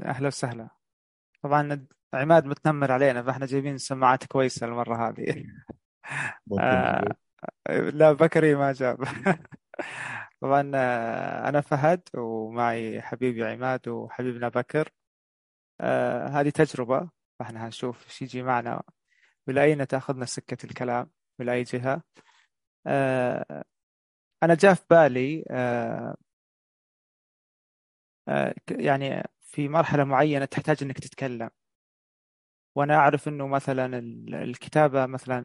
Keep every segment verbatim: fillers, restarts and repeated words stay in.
أهلا وسهلا. طبعا عماد متنمر علينا، فاحنا جايبين سماعات كويسة المرة هذه. ممكن آه نقول. لا، بكري ما جاب. طبعا آه أنا فهد ومعي حبيبي عماد وحبيبنا بكر. آه هذه تجربة، فاحنا هنشوف ايش يجي معنا وإلى أين تأخذنا سكة الكلام وإلى أي جهة. آه أنا جاء في بالي آه آه ك- يعني في مرحلة معينة تحتاج إنك تتكلم. وأنا أعرف إنه مثلا ال- الكتابة مثلا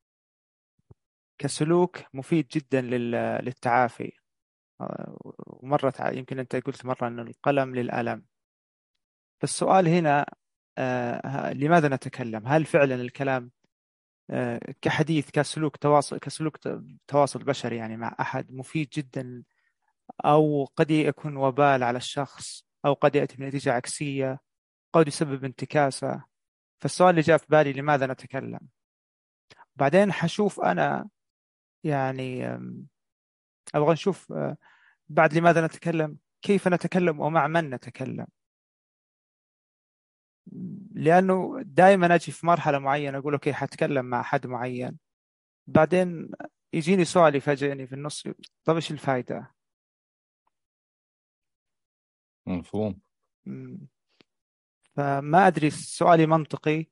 كسلوك مفيد جدا لل- للتعافي. آه، ومرة تع- يمكن أنت قلت مرة أن القلم للألم. فالسؤال هنا، آه، ه- لماذا نتكلم؟ هل فعلا الكلام آه، كحديث كسلوك تواصل كسلوك ت- تواصل بشري يعني مع أحد مفيد جدا، أو قد يكون وبال على الشخص، أو قد يأتي بنتيجة عكسية، قد يسبب انتكاسة. فالسؤال اللي جاء في بالي لماذا نتكلم. بعدين حشوف أنا يعني آم، أبغى نشوف آه، بعد لماذا نتكلم، كيف نتكلم ومع من نتكلم. لأنه دائما أجي في مرحلة معينة أقول أوكي حتكلم مع حد معين، بعدين يجيني سؤال يفاجئني في النص، طب إيش الفائدة؟ مفهوم. مم. فما أدري سؤالي منطقي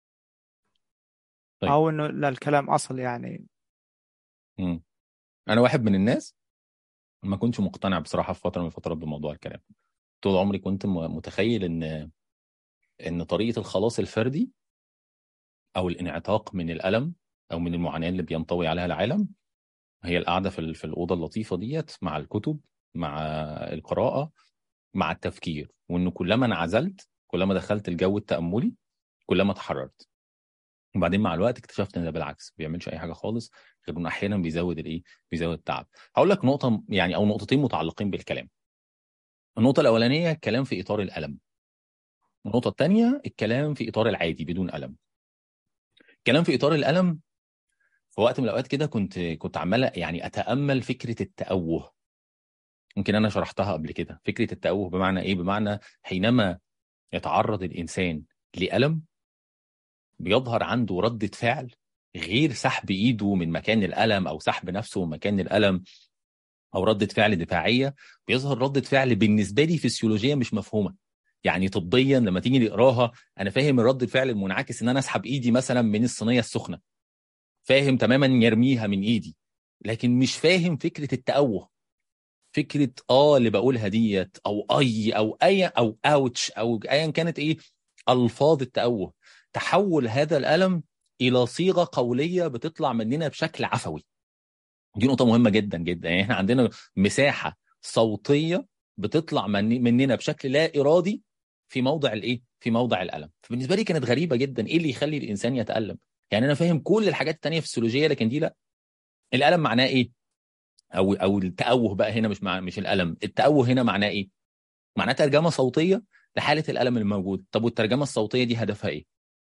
طيب. أو إنه لا الكلام أصل يعني. مم. انا واحد من الناس ما كنتش مقتنع بصراحه في فتره من الفترات بموضوع الكلام. طول عمري كنت م- متخيل ان ان طريقه الخلاص الفردي او الانعتاق من الالم او من المعاناه اللي بينطوي عليها العالم هي القعده في ال- في الاوضه اللطيفه ديت مع الكتب، مع القراءه، مع التفكير، وانه كلما انعزلت كلما دخلت الجو التاملي كلما تحررت. وبعدين مع الوقت اكتشفت ان ده بالعكس ما بيعملش اي حاجه خالص، غير انه احيانا بيزود الايه، بيزود التعب. هقول لك نقطه يعني او نقطتين متعلقين بالكلام. النقطه الاولانيه الكلام في اطار الالم، والنقطه الثانيه الكلام في اطار العادي بدون الم. الكلام في اطار الالم، في وقت من الاوقات كده كنت كنت عمال يعني اتامل فكره التأوه. يمكن انا شرحتها قبل كده. فكره التأوه بمعنى ايه؟ بمعنى حينما يتعرض الانسان لألم بيظهر عنده ردة فعل غير سحب ايده من مكان الألم او سحب نفسه من مكان الألم، او ردة فعل دفاعية. بيظهر ردة فعل بالنسبة لي فسيولوجيا مش مفهومة. يعني طبيا لما تيجي نقراها انا فاهم الرد الفعل المنعكس ان انا اسحب ايدي مثلا من الصينية السخنة، فاهم تماما يرميها من ايدي، لكن مش فاهم فكرة التأوه. فكرة اه اللي بقولها ديت او اي او اي او اوتش او ايا كانت ايه الفاظ التأوه، تحول هذا الألم الى صيغة قولية بتطلع مننا بشكل عفوي. دي نقطة مهمة جدا جدا. يعني احنا عندنا مساحة صوتية بتطلع من مننا بشكل لا إرادي في موضع الايه؟ في موضع الألم. فبالنسبة لي كانت غريبة جدا ايه اللي يخلي الإنسان يتألم. يعني انا فاهم كل الحاجات التانية في السيولوجية لكن دي لا. الألم معناه ايه؟ او او التأوه بقى هنا مش مع مش الألم، التأوه هنا معناه ايه؟ معناه ترجمة صوتية لحالة الألم الموجود. طب والترجمة الصوتية دي هدفها ايه؟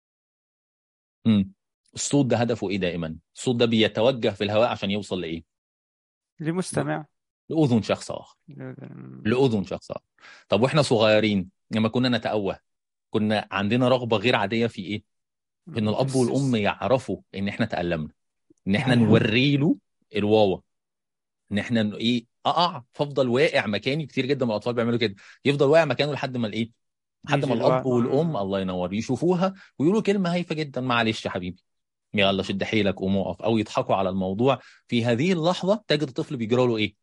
امم الصوت ده هدفه ايه دائما؟ الصوت ده بيتوجه في الهواء عشان يوصل لايه؟ لمستمع. لأذن شخص آخر. لأذن شخص آخر. طب واحنا صغيرين لما كنا نتأوه كنا عندنا رغبة غير عادية في ايه؟ في ان الأب بس والأم بس- يعرفوا ان احنا تألمنا، ان احنا صحيح. نوري له الواوا، ان احنا ن- ايه اقع فافضل واقع مكاني. كتير جدا من الاطفال بيعملوا كده، يفضل واقع مكانه لحد ما الايه، لحد يجي ما الاب الوقت. والام الله ينور يشوفوها ويقولوا كلمه هايفه جدا: معلش يا حبيبي، يلا شد حيلك قوم اقف، او يضحكوا على الموضوع. في هذه اللحظه تجد الطفل بيجرى له ايه؟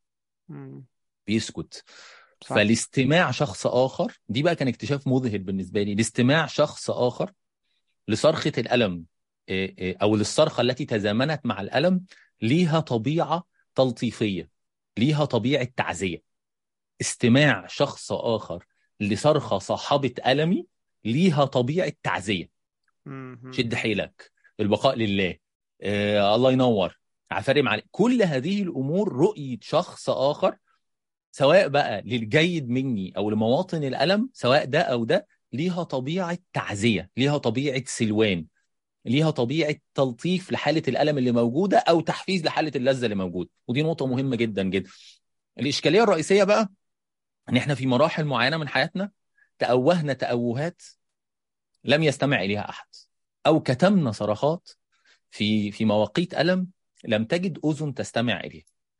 بيسكت. صح. فالاستماع شخص اخر دي بقى كان اكتشاف مذهل بالنسبه لي. الاستماع شخص اخر لصرخه الالم، إيه إيه، او للصرخه التي تزامنت مع الالم، ليها طبيعه تلطيفيه، ليها طبيعه تعزيه. استماع شخص آخر لصرخة صاحبة ألمي ليها طبيعة تعزية. شد حيلك، البقاء لله، آه الله ينور، عفارم عليك. كل هذه الأمور رؤية شخص آخر، سواء بقى للجيد مني أو لمواطن الألم، سواء ده أو ده، ليها طبيعة تعزية، ليها طبيعة سلوان، ليها طبيعة تلطيف لحالة الألم اللي موجودة أو تحفيز لحالة اللذة اللي موجودة. ودي نقطة مهمة جدا جدا. الإشكالية الرئيسية بقى ان احنا في مراحل معينه من حياتنا تأوهنا تأوهات لم يستمع إليها أحد، أو كتمنا صرخات في في مواقيت ألم لم تجد أذن تستمع إليها.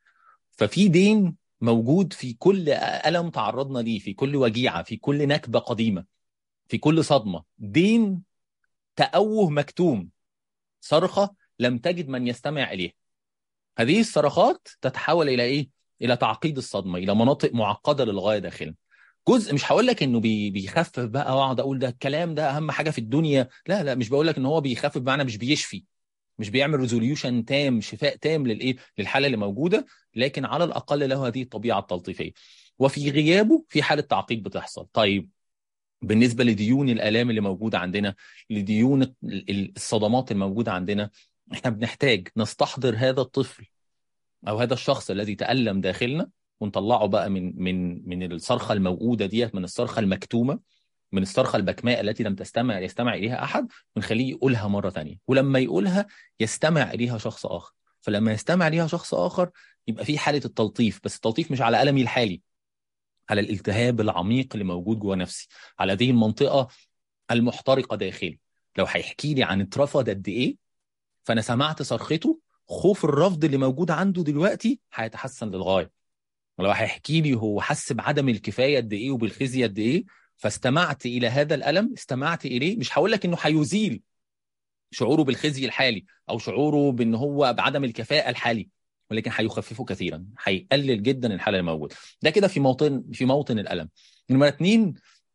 ففي دين موجود في كل ألم تعرضنا ليه، في كل وجيعة، في كل نكبة قديمة، في كل صدمة، دين تأوه مكتوم، صرخة لم تجد من يستمع إليها. هذه الصرخات تتحول إلى إيه؟ إلى تعقيد الصدمة، إلى مناطق معقدة للغاية داخلنا. جزء مش هقول لك انه بي بيخفف بقى واقعد اقول ده الكلام ده اهم حاجه في الدنيا، لا لا، مش بقول لك ان هو بيخفف بمعنى مش بيشفي، مش بيعمل ريزوليوشن تام، شفاء تام للايه، للحاله اللي موجوده، لكن على الاقل له هذه الطبيعه التلطيفيه. وفي غيابه في حاله تعقيد بتحصل. طيب بالنسبه لديون الالام اللي موجوده عندنا، لديون ال- ال- الصدمات الموجوده عندنا، احنا بنحتاج نستحضر هذا الطفل او هذا الشخص الذي تألم داخلنا، ونطلعه بقى من من من الصرخه الموجوده ديت، من الصرخه المكتومه، من الصرخه البكماء التي لم تستمع يستمع اليها احد، ونخليه يقولها مره ثانيه. ولما يقولها يستمع اليها شخص اخر. فلما يستمع اليها شخص اخر يبقى في حاله التلطيف، بس التلطيف مش على ألمي الحالي، على الالتهاب العميق اللي موجود جوه نفسي، على هذه المنطقه المحترقه داخلي. لو هيحكي لي عن اترفض قد ايه، فانا سمعت صرخته، خوف الرفض اللي موجود عنده دلوقتي هيتحسن للغايه. ولو هيحكي لي هو حس بعدم الكفايه قد ايه وبالخزي قد ايه، فاستمعت الى هذا الالم، استمعت اليه، مش هقول لك انه هيزيل شعوره بالخزي الحالي او شعوره بان هو بعدم الكفاءه الحالي، ولكن هيخففه كثيرا، هيقلل جدا الحاله الموجوده. ده كده في موطن في موطن الالم. نمره اتنين،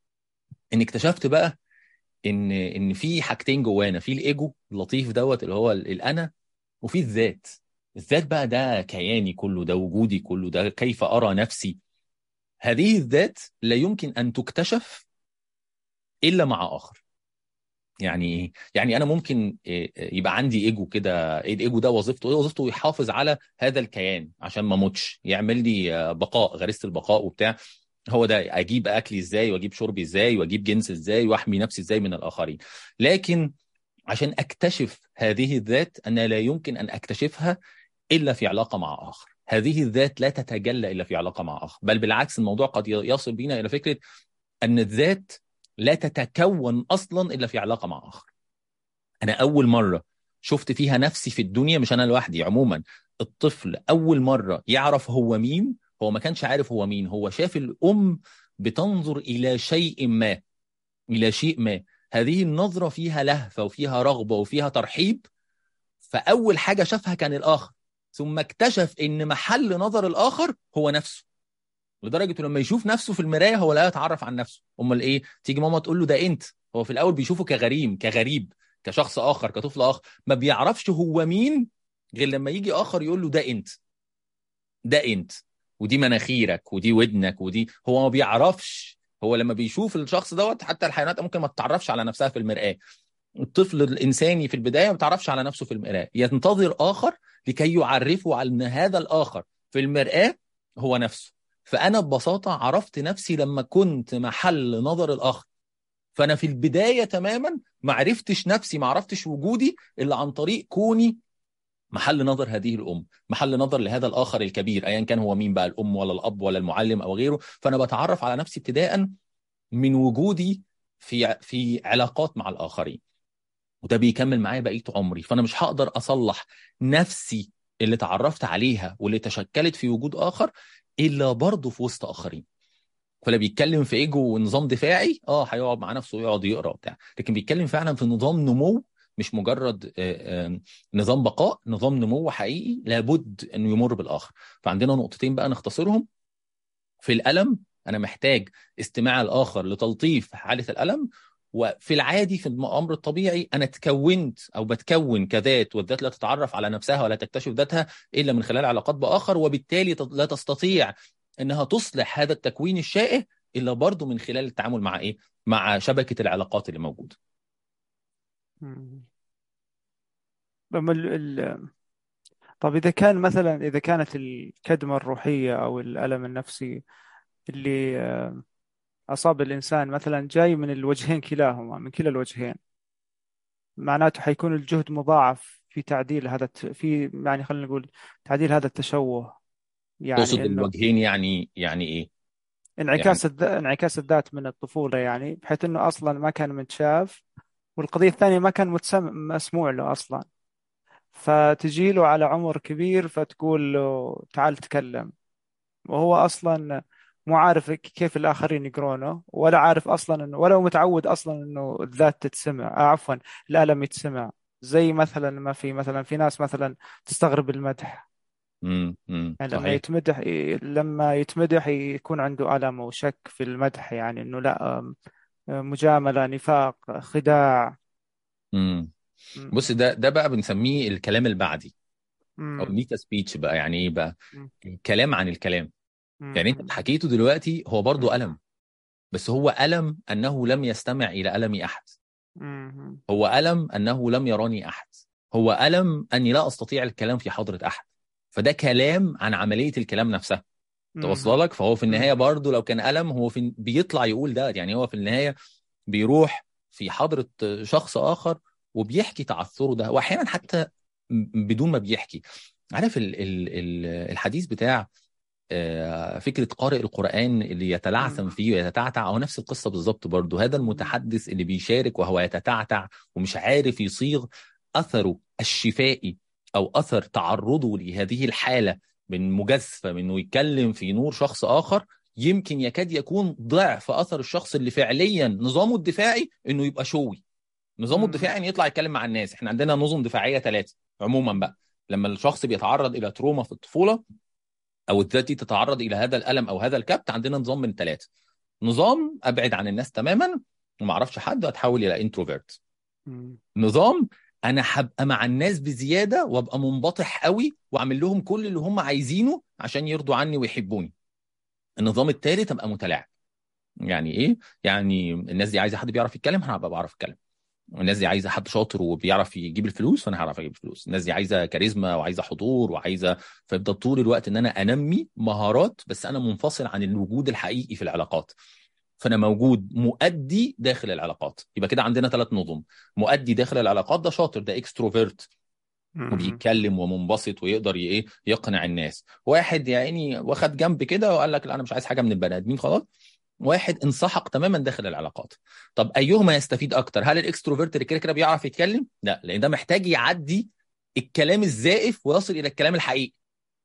ان اكتشفت بقى ان ان في حاجتين جوانا، في الايجو اللطيف دوت اللي هو ال- الانا، وفي الذات. الذات بقى ده كياني كله، ده وجودي كله، ده كيف ارى نفسي. هذه الذات لا يمكن ان تكتشف الا مع اخر. يعني ايه؟ يعني انا ممكن إيه، يبقى عندي ايجو كده، إيه الايجو ده وظيفته ايه؟ وظيفته يحافظ على هذا الكيان عشان ما اموتش، يعمل لي آه، بقاء، غريزه البقاء وبتاع. هو ده اجيب اكلي ازاي، واجيب شربي ازاي، واجيب جنس ازاي، واحمي نفسي ازاي من الاخرين. لكن عشان اكتشف هذه الذات انا لا يمكن ان اكتشفها الا في علاقه مع اخر. هذه الذات لا تتجلى الا في علاقه مع اخر، بل بالعكس الموضوع قد يصل بنا الى فكره ان الذات لا تتكون اصلا الا في علاقه مع اخر. انا اول مره شفت فيها نفسي في الدنيا، مش انا لوحدي، عموما الطفل اول مره يعرف هو مين، هو ما كانش عارف هو مين، هو شاف الام بتنظر الى شيء ما، الى شيء ما. هذه النظره فيها لهفه وفيها رغبه وفيها ترحيب، فاول حاجه شافها كان الاخر، ثم اكتشف ان محل نظر الاخر هو نفسه. لدرجه لما يشوف نفسه في المرايه هو لا يتعرف عن نفسه. امال ايه؟ تيجي ماما تقول له ده انت، هو في الاول بيشوفه كغريم، كغريب، كشخص اخر، كطفل اخر، ما بيعرفش هو مين غير لما يجي اخر يقول له ده انت، ده انت، ودي مناخيرك، ودي ودنك، ودي، هو ما بيعرفش. هو لما بيشوف الشخص دوت، حتى الحيوانات ممكن ما تتعرفش على نفسها في المرآة، الطفل الإنساني في البداية ما بيتعرفش على نفسه في المرآة، ينتظر آخر لكي يعرفه على أن هذا الآخر في المرآة هو نفسه. فأنا ببساطة عرفت نفسي لما كنت محل نظر الآخر. فأنا في البداية تماما ما عرفتش نفسي، ما عرفتش وجودي إلا عن طريق كوني محل نظر هذه الأم، محل نظر لهذا الآخر الكبير، أيا كان هو مين بقى، الأم ولا الأب ولا المعلم أو غيره. فأنا بتعرف على نفسي ابتداء من وجودي في في علاقات مع الآخرين، وده بيكمل معايا بقية عمري. فأنا مش هقدر أصلح نفسي اللي تعرفت عليها واللي تشكلت في وجود آخر إلا برضه في وسط آخرين. فلا بيتكلم في ايجو ونظام دفاعي، اه هيقعد مع نفسه ويقعد يقرا وبتاع، لكن بيتكلم فعلا في نظام نمو، مش مجرد آه، آه، نظام بقاء، نظام نمو حقيقي لابد انه يمر بالاخر. فعندنا نقطتين بقى نختصرهم. في الالم انا محتاج استماع الاخر لتلطيف حاله الالم. وفي العادي في الامر الطبيعي انا تكونت او بتكون كذات، والذات لا تتعرف على نفسها ولا تكتشف ذاتها الا من خلال علاقات باخر، وبالتالي لا تستطيع انها تصلح هذا التكوين الشائع الا برضه من خلال التعامل مع ايه، مع شبكه العلاقات اللي موجوده. مم. لما ال... ال... طب إذا كان مثلا، إذا كانت الكدمة الروحية أو الألم النفسي اللي آه، أصاب الإنسان مثلا جاي من الوجهين كلاهما، من كلا الوجهين، معناته حيكون الجهد مضاعف في تعديل هذا الت... في يعني خلينا نقول تعديل هذا التشوه. يعني تقصد إنه الوجهين يعني يعني ايه؟ يعني. انعكاس الذ... انعكاس الذات من الطفولة، يعني بحيث انه اصلا ما كان متشاف، والقضية الثانية ما كان متسم... مسموع له اصلا، فتجي له على عمر كبير فتقول له تعال تكلم، وهو اصلا مو عارف كيف الاخرين يقرونه، ولا عارف اصلا انه، ولا هو متعود اصلا انه الذات تتسمع، آه عفوا، الالم يتسمع. زي مثلا ما في مثلا في ناس مثلا تستغرب المدح، امم امم يعني لما صحيح. يتمدح لما يتمدح يكون عنده ألم وشك في المدح، يعني انه لا، أم، مجاملة، نفاق، خداع. امم م- بص، ده ده بقى بنسميه الكلام البعدي، او م- الميتا سبيتش بقى. يعني ايه بقى؟ م- الكلام عن الكلام. يعني انت م- حكيته دلوقتي هو برضو م- ألم، بس هو ألم أنه لم يستمع إلى ألم أحد. م- هو ألم أنه لم يراني أحد. هو ألم أني لا أستطيع الكلام في حضرة أحد. فده كلام عن عملية الكلام نفسها. م- توصل لك؟ فهو في م- النهاية برضو لو كان ألم، هو في بيطلع يقول ده. يعني هو في النهاية بيروح في حضرة شخص آخر وبيحكي تعثره ده، وأحيانا حتى بدون ما بيحكي. عارف ال ال ال الحديث بتاع آه، فكرة قارئ القرآن اللي م- يتلعثم فيه ويتتعتع، أو نفس القصة بالظبط برضو. هذا م- المتحدث اللي بيشارك وهو يتتعتع ومش عارف يصيغ أثره الشفائي أو أثر تعرضه لهذه الحالة من مجازفة، من إنه يتكلم في نور شخص آخر، يمكن يكاد يكون ضعف أثر الشخص اللي فعليا نظامه الدفاعي إنه يبقى شوي. نظامه م- الدفاعي إنه يطلع يتكلم مع الناس. إحنا عندنا نظم دفاعية ثلاثة عموما بقى. لما الشخص بيتعرض إلى تروما في الطفولة، او الذات دي تتعرض الى هذا الالم او هذا الكبت، عندنا نظام من ثلاثه. نظام ابعد عن الناس تماما وما اعرفش حد واتحول الى انتروفيرت. م- نظام انا هبقى مع الناس بزياده وابقى منبطح قوي واعمل لهم كل اللي هم عايزينه عشان يرضوا عني ويحبوني. النظام الثالث ابقى متلاعب. يعني ايه؟ يعني الناس دي عايزه حد بيعرف يتكلم، انا هبقى بعرف اتكلم. الناس دي عايزه حد شاطر وبيعرف يجيب الفلوس، فانا هعرف اجيب الفلوس. الناس دي عايزه كاريزما وعايزه حضور وعايزه. فيبدا طول الوقت ان انا انمي مهارات، بس انا منفصل عن الوجود الحقيقي في العلاقات. فانا موجود مؤدي داخل العلاقات. يبقى كده عندنا ثلاث نظم. مؤدي داخل العلاقات ده شاطر، ده اكستروفيرت م- وبيتكلم ومنبسط ويقدر ي- ايه يقنع الناس. واحد يعني واخد جنب كده وقال لك لا انا مش عايز حاجه من البني ادمين خلاص. واحد انسحق تماما داخل العلاقات. طب ايهما يستفيد اكتر؟ هل الاكستروفيرت اللي كده كده بيعرف يتكلم؟ لا، لان ده محتاج يعدي الكلام الزائف ويصل الى الكلام الحقيقي.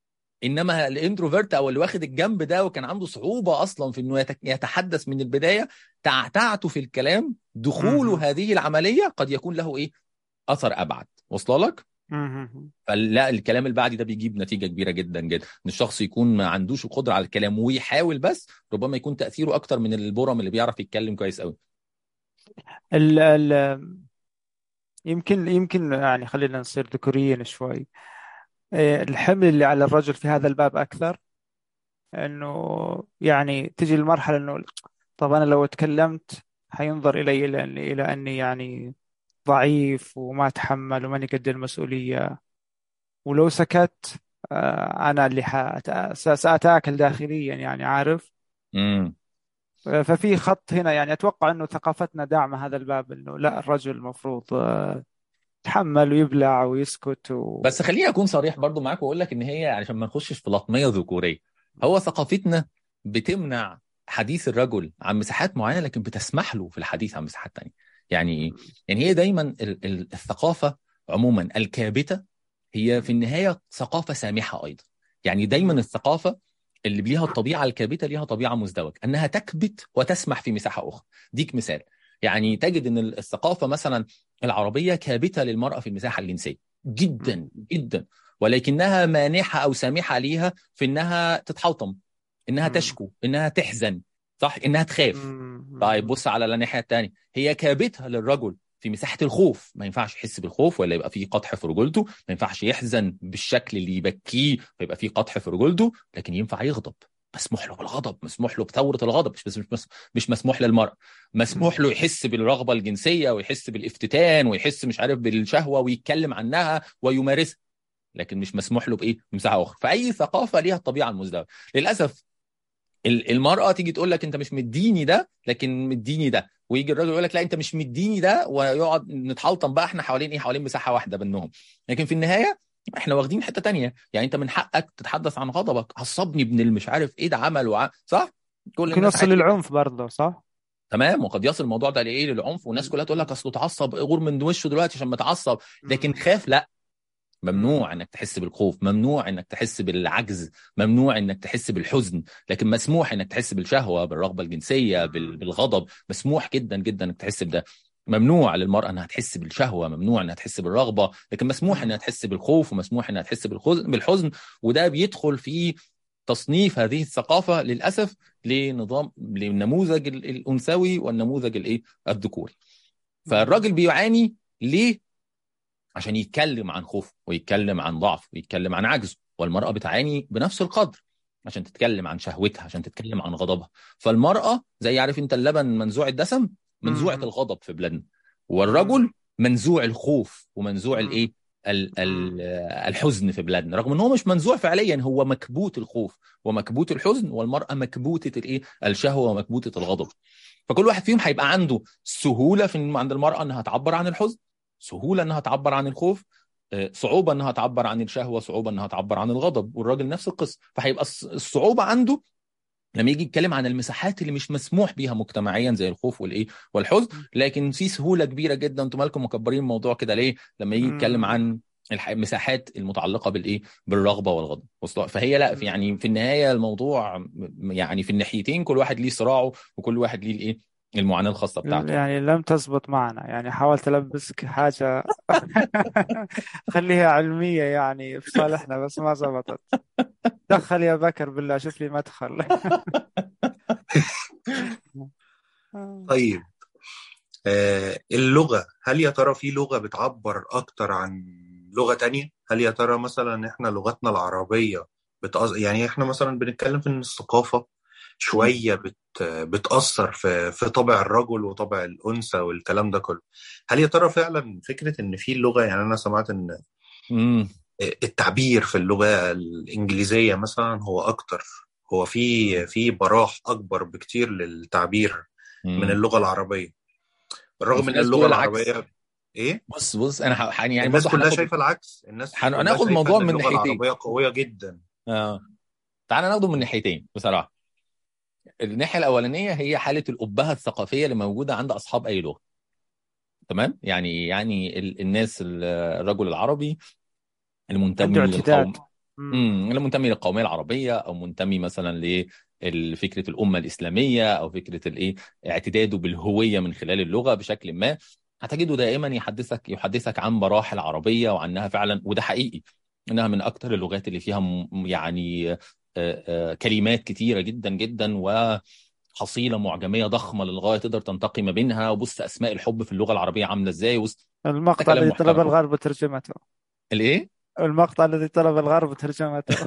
انما الانتروفيرت او اللي واخد الجنب ده وكان عنده صعوبه اصلا في انه يت- يتحدث من البدايه، تعتعته في الكلام، م- دخوله هذه العمليه قد يكون له ايه اثر ابعد. وصل لك؟ م- فلا، الكلام البعدي ده بيجيب نتيجه كبيره جدا جدا. ان الشخص يكون ما عندوش القدره على الكلام ويحاول، بس ربما يكون تاثيره اكتر من البرم اللي بيعرف يتكلم كويس قوي. ال ال يمكن يمكن يعني خلينا نصير ذكوريين شوي. إيه، الحمل اللي على الرجل في هذا الباب أكثر، إنه يعني تجي المرحلة إنه طب أنا لو تكلمت حينظر إلي إلى إلى إلى أني يعني ضعيف وما أتحمل وماني قد المسؤولية، ولو سكت آه، أنا اللي حأت- س- سأتآكل داخليا، يعني عارف. امم ففي خط هنا، يعني أتوقع إنه ثقافتنا داعمة هذا الباب، إنه لا، الرجل المفروض آه، يتحمل ويبلع ويسكت و... بس خليني اكون صريح برضو معاك واقول لك ان هي عشان ما نخشش في لطميه ذكوريه. هو ثقافتنا بتمنع حديث الرجل عن مساحات معينه، لكن بتسمح له في الحديث عن مساحات تانية. يعني ايه؟ يعني هي دايما ال- ال- الثقافه عموما الكابته هي في النهايه ثقافه سامحه ايضا. يعني دايما الثقافه اللي ليها الطبيعه الكابته ليها طبيعه مزدوجه، انها تكبت وتسمح في مساحه اخرى. ديك مثال. يعني تجد ان الثقافه مثلا العربيه كابته للمراه في المساحه الجنسيه جدا جدا، ولكنها مانحه او سامحه ليها في انها تتحوطم، انها تشكو، انها تحزن، صح، انها تخاف. طيب بص على الناحيه الثانيه، هي كابتها للرجل في مساحه الخوف. ما ينفعش يحس بالخوف ولا يبقى فيه قدح في رجولته، ما ينفعش يحزن بالشكل اللي يبكيه فيبقى فيه قدح في رجولته، لكن ينفع يغضب. مسموح له بالغضب، مسموح له بثوره الغضب. مش بس مش مس- مش مسموح للمرأة. مسموح له يحس بالرغبه الجنسيه ويحس بالافتتان ويحس مش عارف بالشهوه ويتكلم عنها ويمارسها، لكن مش مسموح له بايه بمساحه اخرى. فاي ثقافه ليها الطبيعه المزدوجه. للاسف ال- المرأة تيجي تقول لك انت مش مديني ده لكن مديني ده، ويجي الراجل يقول لك لا انت مش مديني ده، ويقعد نتحلطم بقى احنا حوالين ايه حوالين مساحة واحدة بينهم. لكن في النهاية احنا واخدين حتة تانية. يعني انت من حقك تتحدث عن غضبك، عصبني ابن المش عارف ايه ده عمل وع... صح. كل ممكن الناس يوصل عادي. للعنف برضه، صح؟ تمام، وقد يصل الموضوع ده لايه؟ للعنف، والناس كلها تقول لك اصله اتعصب، غور من وشه دلوقتي عشان متعصب. لكن مم. خاف لا. مم. ممنوع انك تحس بالخوف، ممنوع انك تحس بالعجز، ممنوع انك تحس بالحزن، لكن مسموح انك تحس بالشهوة، بالرغبة الجنسية، بال- مم. بالغضب. مسموح جدا جدا انك تحس بده. ممنوع للمرأة انها تحس بالشهوة، ممنوع انها تحس بالرغبة، لكن مسموح مم. انها تحس بالخوف، ومسموح انها تحس بالخزن بالحزن. وده بيدخل في تصنيف هذه الثقافة للأسف لنظام للنموذج ال- الأنثوي والنموذج الايه الذكوري. مم. فالراجل بيعاني ليه؟ عشان يتكلم عن خوفه ويتكلم عن ضعفه ويتكلم عن عجزه. والمرأة بتعاني بنفس القدر عشان تتكلم عن شهوتها، عشان تتكلم عن غضبها. فالمرأة زي عارف انت اللبن منزوع الدسم، منزوعة مم. الغضب في بلادنا. مم. والرجل منزوع الخوف ومنزوع مم. الايه ال- مم. ال- الحزن في بلادنا، رغم ان هو مش منزوع فعليا، هو مكبوت الخوف ومكبوت الحزن، والمرأة مكبوتة الايه الشهوة ومكبوتة الغضب. فكل واحد فيهم هيبقى عنده سهولة في عند المرأة انها تعبر عن الحزن، سهولة انها تعبر عن الخوف، آه، صعوبة انها تعبر عن الشهوة، صعوبة انها تعبر عن الغضب. والراجل نفس القصة. فهيبقى الص- الصعوبة عنده لما يجي يتكلم عن المساحات اللي مش مسموح بيها مجتمعيا زي الخوف والايه والحزن. لكن في سهولة كبيرة جدا. انتم مالكم مكبرين الموضوع كده ليه لما يجي يتكلم مم. عن الح- المساحات المتعلقة بالايه بالرغبة والغضب. وصل- فهي لا في يعني في النهاية الموضوع م- يعني في الناحيتين كل واحد ليه صراعه، وكل واحد ليه الايه المعاناة الخاصة بتاعته. يعني لم تزبط معنا، يعني حاولت ألبسك حاجة خليها علمية يعني في صالحنا، بس ما زبطت. دخل يا بكر بالله، شوف لي مدخل. طيب، آه اللغة، هل يا ترى في لغة بتعبر أكتر عن لغة تانية؟ هل يا ترى مثلا إحنا لغتنا العربية بتأث... يعني إحنا مثلا بنتكلم في إن الثقافة شوية بت... بتأثر في في طبع الرجل وطبع الأنثى والكلام ده كله. هل يا ترى فعلا فكرة إن في اللغة، يعني أنا سمعت إن امم التعبير في اللغة الإنجليزية مثلا هو أكتر، هو في في براح أكبر بكتير للتعبير من امم اللغة العربية، بالرغم وفي إن ناس بتقول اللغة العكس. العربية إيه؟ بص بص انا ح- يعني يعني الناس برضه كلها هناخد شايفة العكس، الناس هن- كلها هناخد شايفة الموضوع إن من اللغة ناحيتين. العربية قوية جدا. اه تعالى ناخده من ناحيتين بصراحه. الناحيه الاولانيه هي حاله الابهه الثقافيه اللي موجوده عند اصحاب اي لغه. تمام، يعني يعني ال- الناس ال- الرجل العربي عنده المنتمي للقوم، اعتداد. مم. امم المنتمي للقوميه العربيه، او منتمي مثلا لفكره الامه الاسلاميه، او فكره الايه اعتداده بالهويه من خلال اللغه بشكل ما. هتجده دائما يحدثك يحدثك عن مراحل عربيه، وعنها فعلا، وده حقيقي انها من اكثر اللغات اللي فيها م- يعني آه، آه، كلمات كتيره جدا جدا، وحصيله معجميه ضخمه للغايه تقدر تنتقي ما بينها. وبص اسماء الحب في اللغه العربيه عامله ازاي. وبص ده المقطع كلام الذي طلب محترم. الغرب ترجمته. الايه؟ المقطع الذي طلب الغرب ترجمته.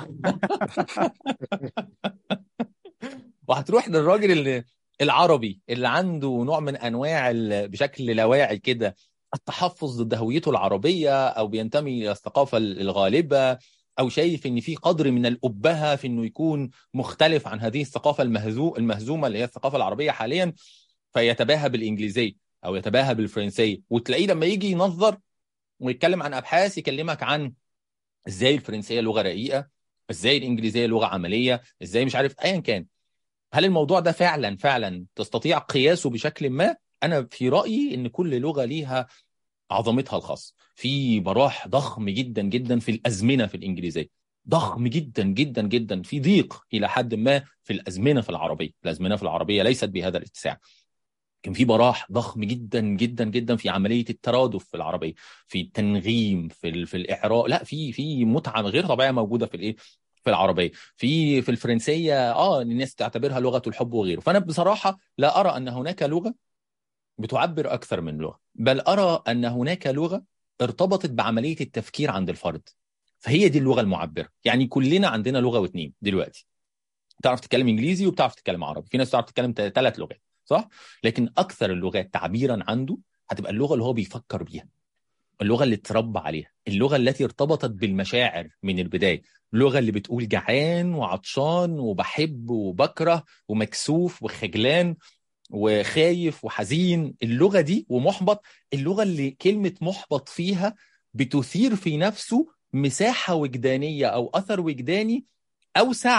وهتروح للراجل اللي العربي اللي عنده نوع من انواع ال- بشكل لا واعي كده التحفظ ضد هويته العربيه، او بينتمي الى الثقافه الغالبه، او شايف ان في قدر من الابهه في انه يكون مختلف عن هذه الثقافه المهزو المهزومه اللي هي الثقافه العربيه حاليا، فيتباهى بالانجليزيه او يتباهى بالفرنسيه. وتلاقيه لما يجي ينظر ويتكلم عن ابحاث يكلمك عن ازاي الفرنسيه لغه رقيقه، ازاي الانجليزيه لغه عمليه، ازاي مش عارف ايا كان. هل الموضوع ده فعلا فعلا تستطيع قياسه بشكل ما؟ انا في رايي ان كل لغه ليها عظمتها الخاصه. في براح ضخم جدا جدا في الازمنه في الانجليزيه، ضخم جدا جدا جدا. في ضيق الى حد ما في الازمنه في العربيه. الازمنه في العربيه ليست بهذا الاتساع. كان في براح ضخم جدا جدا جدا في عمليه الترادف في العربيه، في التنغيم، في ال... في الاعراء. لا في في متعه غير طبيعيه موجوده في الايه في العربيه. في في الفرنسيه اه الناس تعتبرها لغه الحب وغيره. فانا بصراحه لا ارى ان هناك لغه بتعبر اكثر من لغه، بل ارى ان هناك لغه ارتبطت بعمليه التفكير عند الفرد، فهي دي اللغه المعبره. يعني كلنا عندنا لغه واثنين دلوقتي. بتعرف تتكلم انجليزي وبتعرف تتكلم عربي، في ناس بتعرف تتكلم ثلاث لغات، صح؟ لكن اكثر اللغات تعبيرا عنده هتبقى اللغه اللي هو بيفكر بيها، اللغه اللي اتربى عليها، اللغه التي ارتبطت بالمشاعر من البدايه، اللغه اللي بتقول جعان وعطشان وبحب وبكره ومكسوف وخجلان وخايف وحزين. اللغه دي ومحبط، اللغه اللي كلمه محبط فيها بتثير في نفسه مساحه وجدانيه او اثر وجداني اوسع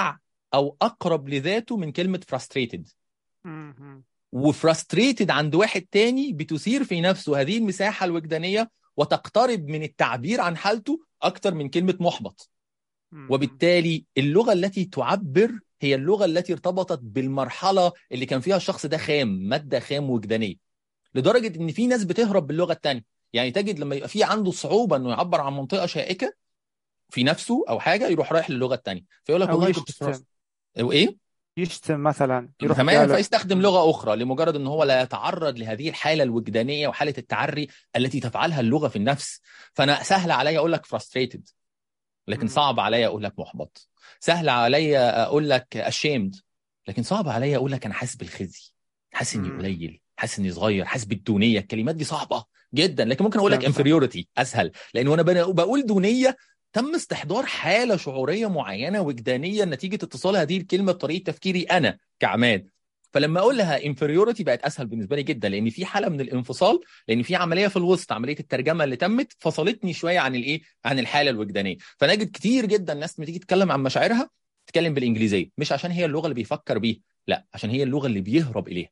او اقرب لذاته من كلمه frustrated. مم. وفراستريتد عند واحد تاني بتثير في نفسه هذه المساحه الوجدانيه وتقترب من التعبير عن حالته اكتر من كلمه محبط. مم. وبالتالي اللغه التي تعبر هي اللغه التي ارتبطت بالمرحله اللي كان فيها الشخص ده خام، ماده خام وجدانيه، لدرجه ان في ناس بتهرب باللغه الثانيه. يعني تجد لما يبقى في عنده صعوبه انه يعبر عن منطقه شائكه في نفسه او حاجه، يروح رايح للغه الثانيه فيقول لك او والله كنت يشتم فراست وايه يشتم مثلا، يروح تمام، قال. فيستخدم لغه اخرى لمجرد ان هو لا يتعرض لهذه الحاله الوجدانيه وحاله التعري التي تفعلها اللغه في النفس. فانا سهل عليا اقول لك frustrated، لكن صعب عليا اقول لك محبط. سهل عليا اقول لك ashamed، لكن صعب عليا اقول لك انا حاسس بالخزي، حاسس اني قليل، حاسس اني صغير، حاسس بالدونيه. الكلمات دي صعبه جدا، لكن ممكن اقول لك inferiority اسهل، لان وانا بقول دونيه تم استحضار حاله شعوريه معينه وجدانيه نتيجه اتصال هذه الكلمه بطريقه تفكيري انا كعماد. فلما اقول لها inferiority بقت اسهل بالنسبه لي جدا، لان في حاله من الانفصال، لان في عمليه في الوسط، عمليه الترجمه اللي تمت فصلتني شويه عن الايه، عن الحاله الوجدانيه. فنجد كتير جدا ناس لما تيجي تتكلم عن مشاعرها تتكلم بالانجليزيه، مش عشان هي اللغه اللي بيفكر بيها، لا عشان هي اللغه اللي بيهرب اليها.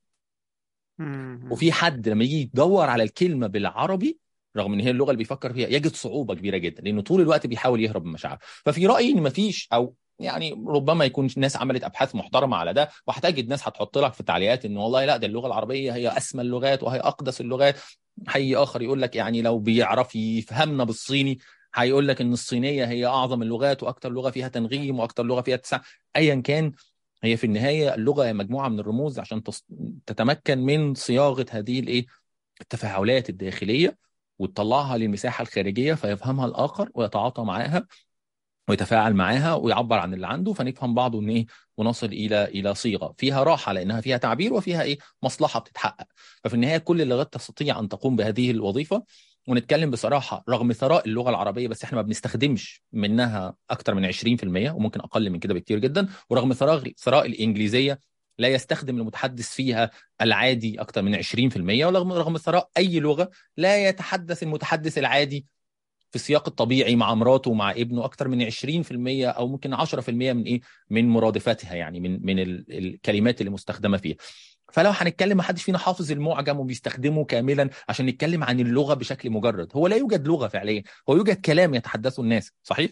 وفي حد لما يجي يدور على الكلمه بالعربي رغم ان هي اللغه اللي بيفكر فيها يجد صعوبه كبيره جدا، لانه طول الوقت بيحاول يهرب من مشاعره. ففي رايي ان مفيش، او يعني ربما يكون ناس عملت ابحاث محترمه على ده، وهتجد ناس هتحط لك في التعليقات ان والله لا، ده اللغه العربيه هي اسمى اللغات وهي اقدس اللغات. حي اخر يقول لك يعني لو بيعرف يفهمنا بالصيني هيقول لك ان الصينيه هي اعظم اللغات واكثر لغه فيها تنغيم واكثر لغه فيها اتساع. ايا كان، هي في النهايه اللغه هي مجموعه من الرموز عشان تتمكن من صياغه هذه الايه، التفاعلات الداخليه، وتطلعها للمساحه الخارجيه فيفهمها الاخر ويتعاطى معاها ويتفاعل معاها ويعبر عن اللي عنده، فنفهم بعض ان ايه، ونصل الى الى صيغه فيها راحه لانها فيها تعبير وفيها ايه، مصلحه بتتحقق. ففي النهايه كل اللغات تستطيع ان تقوم بهذه الوظيفه. ونتكلم بصراحه، رغم ثراء اللغه العربيه بس احنا ما بنستخدمش منها اكثر من عشرين في المية، وممكن اقل من كده بكتير جدا. ورغم ثراء ثراء الانجليزيه لا يستخدم المتحدث فيها العادي اكثر من عشرين في المية. ورغم رغم ثراء اي لغه لا يتحدث المتحدث العادي في السياق الطبيعي مع مراته ومع ابنه اكتر من عشرين في المية او ممكن عشرة في المية من ايه، من مرادفاتها، يعني من من ال- الكلمات اللي مستخدمه فيها. فلو هنتكلم، ما حدش فينا حافظ المعجم وبيستخدمه كاملا عشان نتكلم عن اللغه بشكل مجرد. هو لا يوجد لغه فعليا، هو يوجد كلام يتحدثه الناس، صحيح؟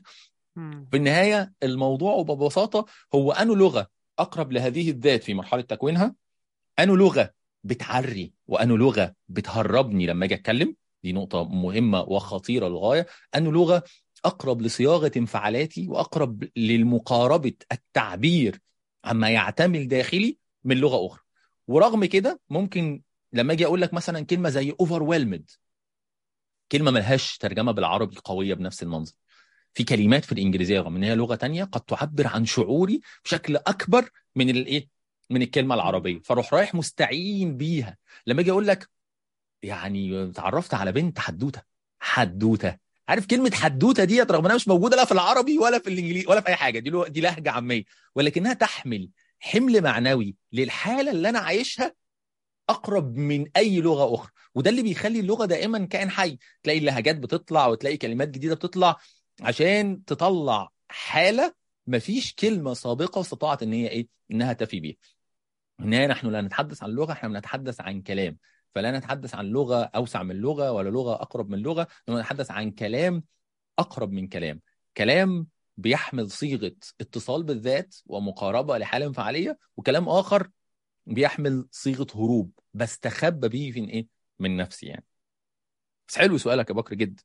في النهايه الموضوع ببساطه هو انه لغه اقرب لهذه الذات في مرحله تكوينها، انه لغه بتعري، وانه لغه بتهربني لما اجي اتكلم. دي نقطة مهمة وخطيرة للغاية. أنه لغة أقرب لصياغة انفعالاتي وأقرب للمقاربة التعبير عما يعتمل داخلي من لغة أخرى. ورغم كده ممكن لما أجي أقول لك مثلا كلمة زي overwhelmed، كلمة ملهاش ترجمة بالعربي قوية بنفس المنظر. في كلمات في الإنجليزية رغم إن هي لغة تانية قد تعبر عن شعوري بشكل أكبر من الإيه، من الكلمة العربية، فروح رايح مستعين بيها. لما أجي أقول لك يعني تعرفت على بنت حدوته، حدوته، عارف كلمه حدوته ديت رغم انها مش موجوده لا في العربي ولا في الانجليزي ولا في اي حاجه، دي دي لهجه عاميه، ولكنها تحمل حمل معنوي للحاله اللي انا عايشها اقرب من اي لغه اخرى. وده اللي بيخلي اللغه دائما كائن حي، تلاقي اللهجات بتطلع وتلاقي كلمات جديده بتطلع عشان تطلع حاله مفيش كلمه سابقه استطاعت ان هي ايه، انها تفي بيها. إننا نحن لا نتحدث عن لغة، احنا بنتحدث عن كلام. فلا نتحدث عن لغة أوسع من لغة ولا لغة أقرب من لغة، إنما نتحدث عن كلام أقرب من كلام. كلام بيحمل صيغة اتصال بالذات ومقاربة لحالة انفعالية، وكلام آخر بيحمل صيغة هروب بستخبى بيه في إيه، من نفسي يعني. بس حلو سؤالك يا بكر جدا،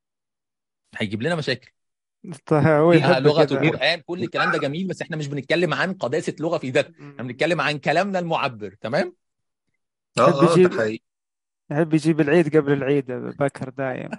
هيجيب لنا مشاكل. طيب هو فيها يحب لغة كذا. القرآن، كل الكلام ده جميل، بس احنا مش بنتكلم عن قداسة لغة في ذاتها، احنا بنتكلم عن كلامنا المعبر. تمام؟ يحب اه اه ده يجيب حقيقي. يحب يجيب العيد قبل العيد بكر دايم.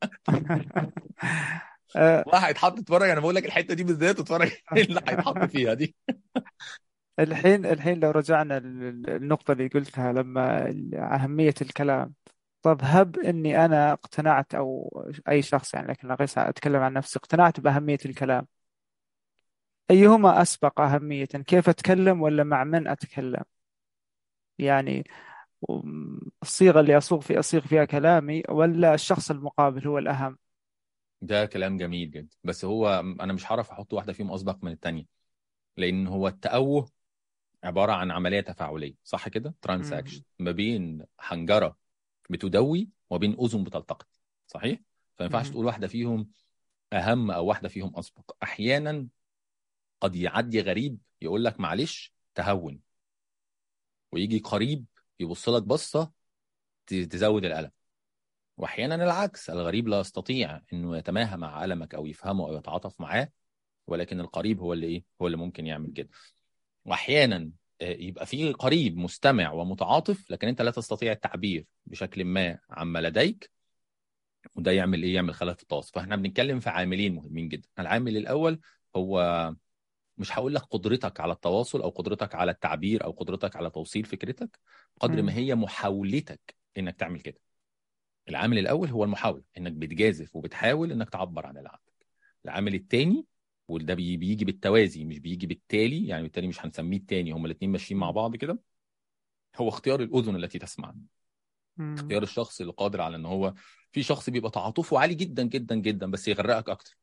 آه، والله هيتحط، اتفرج انا بقول لك الحته دي بالذات، اتفرج ايه اللي هيتحط فيها دي. الحين الحين لو رجعنا للنقطة اللي قلتها لما أهمية الكلام. طب هب إني أنا اقتنعت، أو أي شخص يعني، لكن أقيس أتكلم عن نفسي، اقتنعت بأهمية الكلام. أيهما أسبق أهمية، كيف أتكلم ولا مع من أتكلم؟ يعني الصيغة اللي أصوغ في أصيغ فيها كلامي، ولا الشخص المقابل هو الأهم؟ ده كلام جميل جدا، بس هو انا مش هعرف احط واحده فيهم اسبق من الثانيه. لان هو التأوه عباره عن عمليه تفاعليه، صح كده؟ ترانزاكشن مم. ما بين حنجره بتدوي وبين اذن بتلتقط، صحيح؟ فما ينفعش مم. تقول واحده فيهم اهم او واحده فيهم اسبق. احيانا قد يعدي غريب يقول لك معلش تهون، ويجي قريب يبص لك بصه ت- تزود الالم. واحيانا العكس، الغريب لا يستطيع انه يتماهى مع المك او يفهمه او يتعاطف معاه، ولكن القريب هو اللي ايه، هو اللي ممكن يعمل كده. واحيانا آه، يبقى في قريب مستمع ومتعاطف، لكن انت لا تستطيع التعبير بشكل ما عما لديك، وده يعمل ايه؟ يعمل خلل في التواصل. فاحنا بنتكلم في عاملين مهمين جدا. العامل الاول هو، مش هقول لك قدرتك على التواصل او قدرتك على التعبير او قدرتك على توصيل فكرتك، قدر ما مم. هي محاولتك انك تعمل كده. العامل الاول هو المحاوله، انك بتجازف وبتحاول انك تعبر عن اللي عندك. العامل الثاني، وده بي- بيجي بالتوازي مش بيجي بالتالي، يعني بالتالي مش هنسميه الثاني، هما الاثنين ماشيين مع مم. بعض كده، هو اختيار الاذن التي تسمع. مم. اختيار الشخص اللي قادر على ان هو، في شخص بيبقى تعاطفه عالي جدا جدا جدا بس يغرقك اكتر.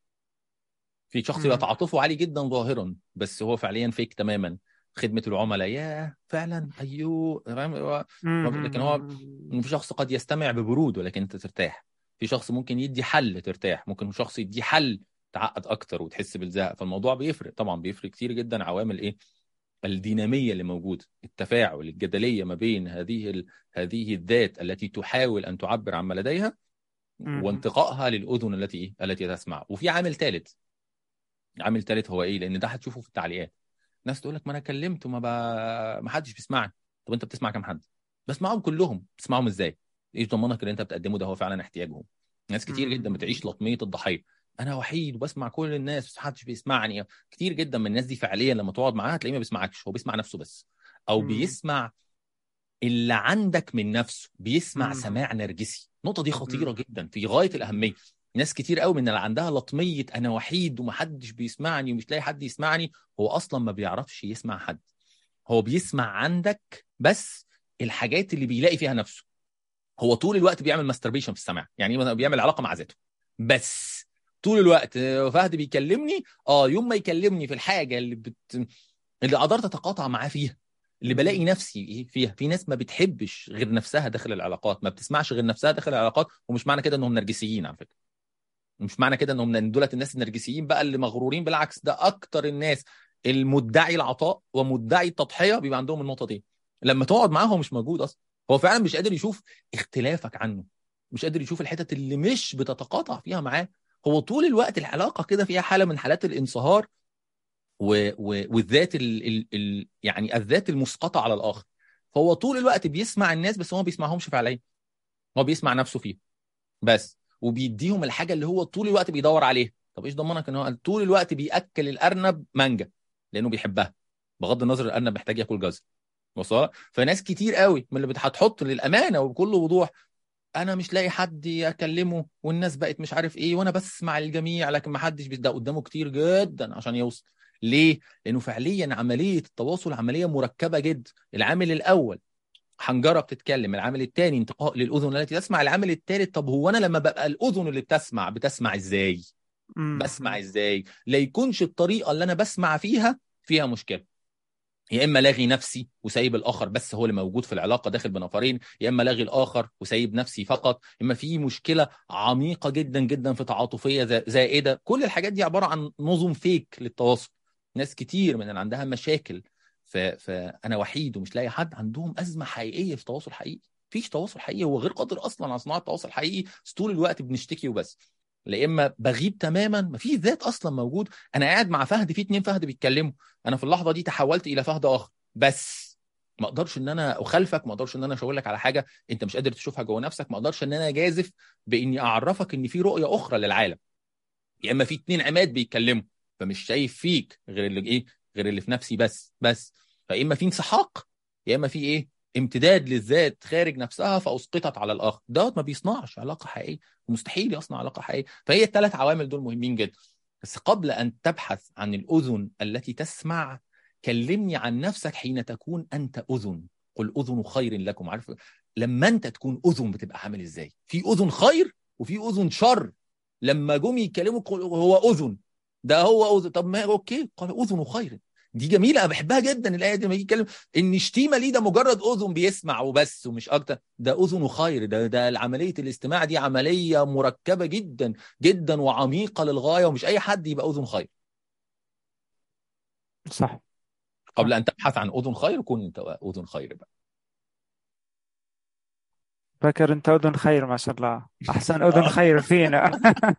في شخص يبقى مم. تعاطفه عالي جدا ظاهرا بس هو فعليا فيك تماما. خدمة العملاء، يا فعلا ايوه فاهم هو- لكن هو، مم. في شخص قد يستمع ببرود ولكن انت ترتاح. في شخص ممكن يدي حل ترتاح، ممكن شخص يدي حل تعقد اكتر وتحس بالزهق. فالموضوع بيفرق طبعا، بيفرق كتير جدا. عوامل ايه؟ الدينامية اللي موجودة، التفاعل، الجدلية ما بين هذه ال... هذه الذات التي تحاول ان تعبر عما لديها، مم. وانتقائها للاذن التي ايه، التي تسمع. وفي عامل ثالث. عامل ثالث هو ايه؟ لان ده هتشوفه في التعليقات. ناس تقول لك ما انا كلمت وما ب... ما حدش بيسمعني. طب انت بتسمع كام حد؟ بسمعهم كلهم. بتسمعهم ازاي؟ ايش ضمنك اللي انت بتقدمه ده هو فعلا احتياجهم؟ ناس كتير جدا مم. بتعيش لطميه الضحيه. انا وحيد وبسمع كل الناس بس محدش بيسمعني. كتير جدا من الناس دي فعليا لما تقعد معاها تلاقيه ما بيسمعكش، هو بيسمع نفسه بس، او مم. بيسمع اللي عندك من نفسه، بيسمع مم. سماع نرجسي. النقطة دي خطيرة مم. جدا في غاية الأهمية. ناس كتير قوي من اللي عندها لطمية أنا وحيد ومحدش بيسمعني ومش لاقي حد يسمعني، هو أصلا ما بيعرفش يسمع حد. هو بيسمع عندك بس الحاجات اللي بيلاقي فيها نفسه. هو طول الوقت بيعمل ماستربيشن في السماع، يعني بيعمل علاقة مع ذاته بس. طول الوقت آه، فهد بيكلمني، اه يوم ما يكلمني في الحاجة اللي بت... اللي قدرت اتقاطع معاه فيها، اللي بلاقي مم. نفسي ايه فيها. في ناس ما بتحبش غير نفسها داخل العلاقات، ما بتسمعش غير نفسها داخل العلاقات. ومش معنى كده انهم نرجسيين على فكره، مش معنى كده انهم دولت الناس النرجسيين بقى اللي مغرورين. بالعكس، ده اكتر الناس المدعي العطاء ومدعي التضحيه بيبقى عندهم النقطه دي. لما تقعد معاه هو مش موجود اصلا، هو فعلا مش قادر يشوف اختلافك عنه، مش قادر يشوف الحتت اللي مش بتتقاطع فيها معاه. هو طول الوقت العلاقه كده فيها حاله من حالات الانصهار و... و... والذات ال... ال... ال... يعني الذات المسقطه على الاخر. فهو طول الوقت بيسمع الناس بس هو ما بيسمعهمش فعليا، هو بيسمع نفسه فيه بس، وبيديهم الحاجه اللي هو طول الوقت بيدور عليها. طب ايش ضمنك ان هو طول الوقت بياكل الارنب مانجا لانه بيحبها، بغض النظر الارنب محتاج ياكل جزر؟ وصل. فناس كتير قوي من اللي هتحط للامانه وبكل وضوح، انا مش لاقي حد اكلمه والناس بقت مش عارف ايه وانا بسمع الجميع لكن ما حدش بيبدا قدامه كتير جدا عشان يوصل. ليه؟ لانه فعليا عمليه التواصل عمليه مركبه جدا. العامل الاول حنجره بتتكلم، العامل الثاني انتقاء للاذن التي تسمع، العامل الثالث طب هو انا لما ببقى الاذن اللي بتسمع بتسمع ازاي؟ بسمع مم. ازاي؟ لا يكونش الطريقه اللي انا بسمع فيها فيها مشكله. يا اما لاغي نفسي وسايب الاخر بس هو اللي موجود في العلاقه داخل بنفرين، يا اما لاغي الاخر وسايب نفسي فقط، اما في مشكله عميقه جدا جدا في تعاطفيه زا- زائده. كل الحاجات دي عباره عن نظم فيك للتواصل. ناس كتير من اللي عندها مشاكل ف... فانا وحيد ومش لاقي حد، عندهم ازمه حقيقيه في تواصل حقيقي. مفيش تواصل حقيقي، هو غير قادر اصلا على صناعه تواصل حقيقي، بس طول الوقت بنشتكي وبس. لا اما بغيب تماما، مفيش ذات اصلا موجود. انا قاعد مع فهد، في اتنين فهد بيتكلموا، انا في اللحظه دي تحولت الى فهد اخر بس. ما اقدرش ان انا اخالفك، ما اقدرش ان انا اشاور لك على حاجه انت مش قادر تشوفها جوه نفسك، ما اقدرش ان انا جازف باني اعرفك ان في رؤيه اخرى للعالم. يا اما في اتنين عماد بيتكلموا فمش شايف فيك غير اللي ايه، غير اللي في نفسي بس بس. فاما في انسحاق، يا اما في ايه، امتداد للذات خارج نفسها فاسقطت على الاخر. دوت ما بيصنعش علاقه حقيقيه، مستحيل يصنع علاقه حقيقيه. فهي الثلاث عوامل دول مهمين جدا. بس قبل ان تبحث عن الاذن التي تسمع، كلمني عن نفسك حين تكون انت اذن. قل اذن خير لكم. عارف لما انت تكون اذن بتبقى عامل ازاي؟ في اذن خير وفي اذن شر. لما جم يتكلموا هو اذن، ده هو اذن، طب ما اوكي قال اذن خير. دي جميله، انا بحبها جدا الايه دي لما يجي يتكلم ان شتيمه ليه ده مجرد اذن بيسمع وبس ومش اكتر، ده اذن خير، ده ده عمليه الاستماع دي عمليه مركبه جدا جدا وعميقه للغايه، ومش اي حد يبقى اذن خير. صح. قبل صح. ان تبحث عن اذن خير كن انت اذن خير بقى. فكر انت اذن خير، ما شاء الله، احسن اذن خير فينا.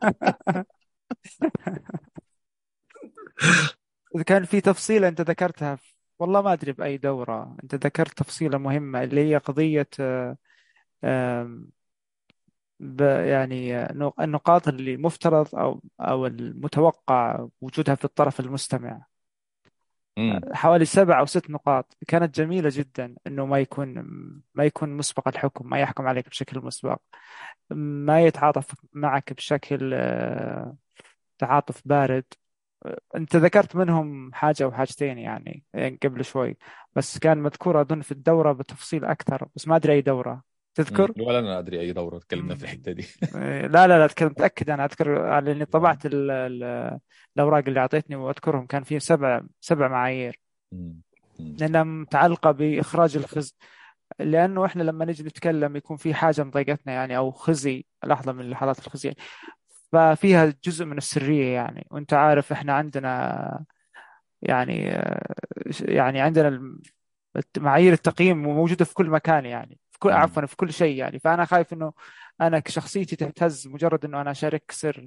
إذا كان في تفصيلة أنت ذكرتها في- والله ما أدري بأي دورة، أنت ذكرت تفصيلة مهمة اللي هي قضية آه، آم، ب- يعني آه، نق- النقاط اللي مفترض أو أو المتوقع وجودها في الطرف المستمع. امم حوالي سبع أو ست نقاط كانت جميلة جدا، إنه ما يكون ما يكون مسبق الحكم، ما يحكم عليك بشكل مسبق، ما يتعاطف معك بشكل آه، تعاطف بارد. انت ذكرت منهم حاجة او حاجتين يعني يعني قبل شوي، بس كان مذكور اظن في الدورة بتفصيل اكثر، بس ما ادري اي دورة امم تذكر. ولا انا ادري اي دوره اتكلمنا في مم. الحته دي. إيه، لا لا لا أذكر، متأكد أنا أذكر لأني طبعت ال- ال- الأوراق اللي أعطيتني وأذكرهم كان في سبع سبع معايير، امم امم لأنها متعلقة بإخراج الخزي. لأنه إحنا لما نجي نتكلم يكون في حاجة مضايقتنا يعني، أو خزي، لحظة من لحظات الخزي يعني، ففيها جزء من السرية يعني. وأنت عارف إحنا عندنا يعني آه، يعني عندنا الم- معايير التقييم موجودة في كل مكان يعني، في كل امم عفوا في كل شيء يعني. فأنا خايف إنه أنا كشخصيتي تهتز مجرد إنه أنا أشارك سر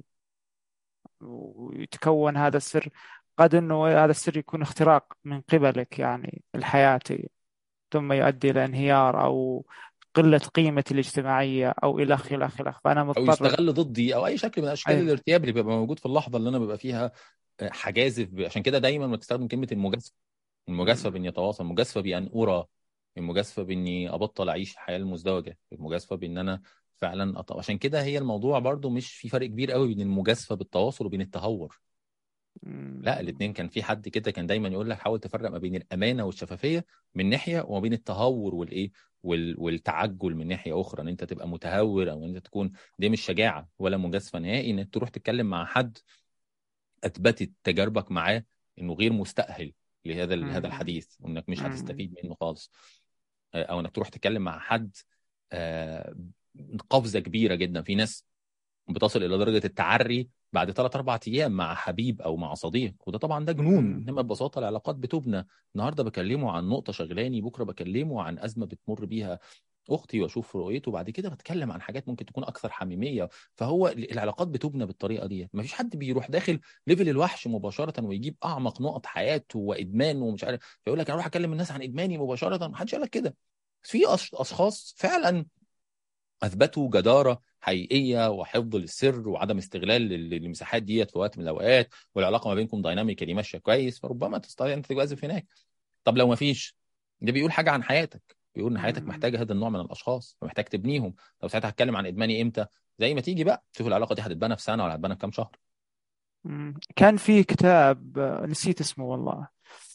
ويتكون هذا السر، قد إنه هذا السر يكون اختراق من قبلك يعني الحياتي، ثم يؤدي إلى انهيار أو قلة قيمتي الاجتماعية أو إلخ إلخ إلخ، فأنا او مضطر. يستغل ضدي، او اي شكل من اشكال أيوه. الارتياب اللي بيبقى موجود في اللحظه اللي انا ببقى فيها آه، حجازف ب- عشان كده دايما بستخدم كلمه المجازفه. المجازفه م- باني اتواصل، المجازفه بان ارى، المجازفه باني ابطل اعيش الحياه المزدوجه، المجازفه بان انا فعلا أط... عشان كده هي الموضوع برضو مش في فرق كبير قوي بين المجازفه بالتواصل وبين التهور. لا، م- الاثنين كان في حد كده كان دايما يقول لك حاول تفرق ما بين الامانه والشفافيه من ناحيه، وما بين التهور والايه وال... والتعجل من ناحيه اخرى، ان انت تبقى متهور او ان انت تكون، دي مش شجاعه ولا مجازفه نهائي، انك تروح تتكلم مع حد اثبتت تجاربك معاه انه غير مستأهل لهذا ال- هذا م- الحديث، وانك مش م- هتستفيد منه خالص. آه، او انك تروح تتكلم مع حد آه، قفزه كبيره جدا. في ناس بتصل الى درجه التعري بعد ثلاث اربع ايام مع حبيب او مع صديق، وده طبعا ده جنون. م- انما ببساطه العلاقات بتبنى، النهارده بكلمه عن نقطه شغلاني، بكره بكلمه عن ازمه بتمر بيها اختي واشوف رؤيته، وبعد كده بتكلم عن حاجات ممكن تكون اكثر حميميه. فهو العلاقات بتبنى بالطريقه دي، مفيش حد بيروح داخل ليفل الوحش مباشره ويجيب اعمق نقط حياته وادمان ومش عارف، فيقول لك انا اروح اكلم الناس عن ادماني مباشره. محدش قال لك كده. في أش- اشخاص فعلا اثبتوا جداره حقيقيه وحفظ للسر وعدم استغلال لل- للمساحات ديت في وقت من الاوقات، والعلاقه ما بينكم دايناميكالي ماشيه كويس، فربما تستطيع انت تجازف هناك. طب لو ما فيش، ده بيقول حاجه عن حياتك، بيقول ان حياتك م- محتاجه هذا النوع من الاشخاص فمحتاج تبنيهم. طب ساعتها هتكلم عن ادماني امتى؟ زي ما تيجي بقى شوف العلاقه دي هتتبنى في سنه ولا هتتبنى في كام شهر. م. كان في كتاب آه، نسيت اسمه والله،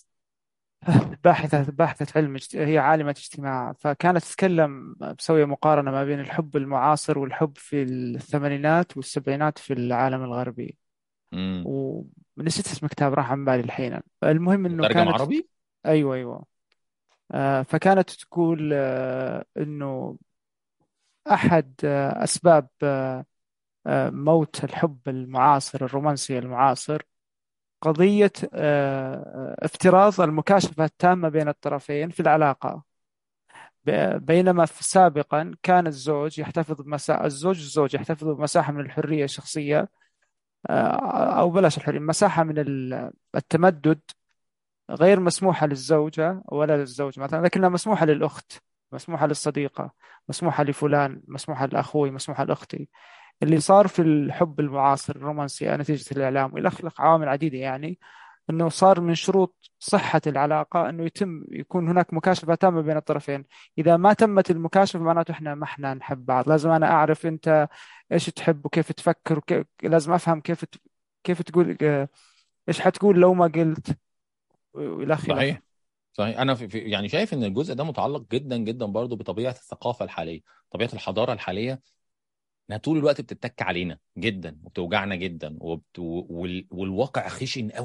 باحثة باحثة علم اجت- هي عالمة اجتماع، فكانت تتكلم مسوية مقارنة ما بين الحب المعاصر والحب في الثمانينات والسبعينات في العالم الغربي، امم ونسيت اسم الكتاب راح عن بالي الحين. المهم انه مترجم كانت، عربي. ايوه ايوه، آه، فكانت تقول آه، انه احد آه، اسباب آه، آه، موت الحب المعاصر الرومانسي المعاصر قضية آه، افتراض المكاشفة التامة بين الطرفين في العلاقة. ب- بينما في سابقا كان الزوج يحتفظ بمساحة، الزوج الزوج يحتفظ بمساحة من الحرية الشخصية، آه، أو بلاش الحرية، مساحة من ال- التمدد غير مسموحة للزوجة ولا للزوج مثلا، لكنها مسموحة للأخت، مسموحة للصديقة، مسموحة لفلان، مسموحة لأخوي، مسموحة لأختي. اللي صار في الحب المعاصر الرومانسي نتيجة الإعلام ويلخلق عوامل عديدة يعني، أنه صار من شروط صحة العلاقة أنه يتم يكون هناك مكاشفة تامة بين الطرفين. إذا ما تمت المكاشفة معناته إحنا ما إحنا نحب بعض. لازم أنا أعرف أنت إيش تحب وكيف تفكر وكيف، لازم أفهم كيف ت... كيف تقول آه، إيش حتقول لو ما قلت، وإلى آخره. صحيح صحيح. انا في في- يعني شايف ان الجزء ده متعلق جدا جدا برضو بطبيعه الثقافه الحاليه، طبيعه الحضاره الحاليه، انها طول الوقت بتتك علينا جدا وبتوجعنا جدا وبت... وال... والواقع خشن قوي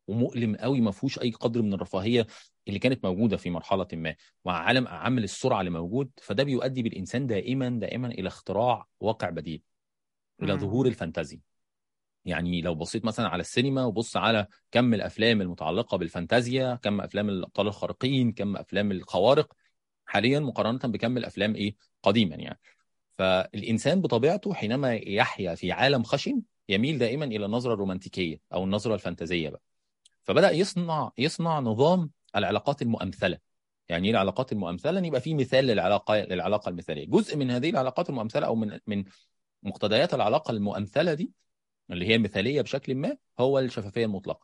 ومؤلم قوي، ما فيهوش اي قدر من الرفاهيه اللي كانت موجوده في مرحله ما، مع عالم عامل السرعه اللي موجود. فده بيؤدي بالانسان دائما دائما الى اختراع واقع بديل، الى ظهور مم. الفانتازي. يعني لو بصيت مثلا على السينما وبص على كم الافلام المتعلقه بالفانتازيا، كم افلام الابطال الخارقين، كم افلام الخوارق حاليا مقارنه بكم الافلام ايه قديما يعني. فالانسان بطبيعته حينما يحيا في عالم خشن يميل دائما الى النظره الرومانتيكيه او النظره الفانتازيه بقى. فبدا يصنع يصنع نظام العلاقات المؤمثله. يعني ايه العلاقات المؤمثله؟ يبقى في مثال للعلاقه للعلاقه المثاليه. جزء من هذه العلاقات المؤمثله او من من مقتضيات العلاقه المؤمثله دي اللي هي مثاليه بشكل ما هو الشفافيه المطلقه،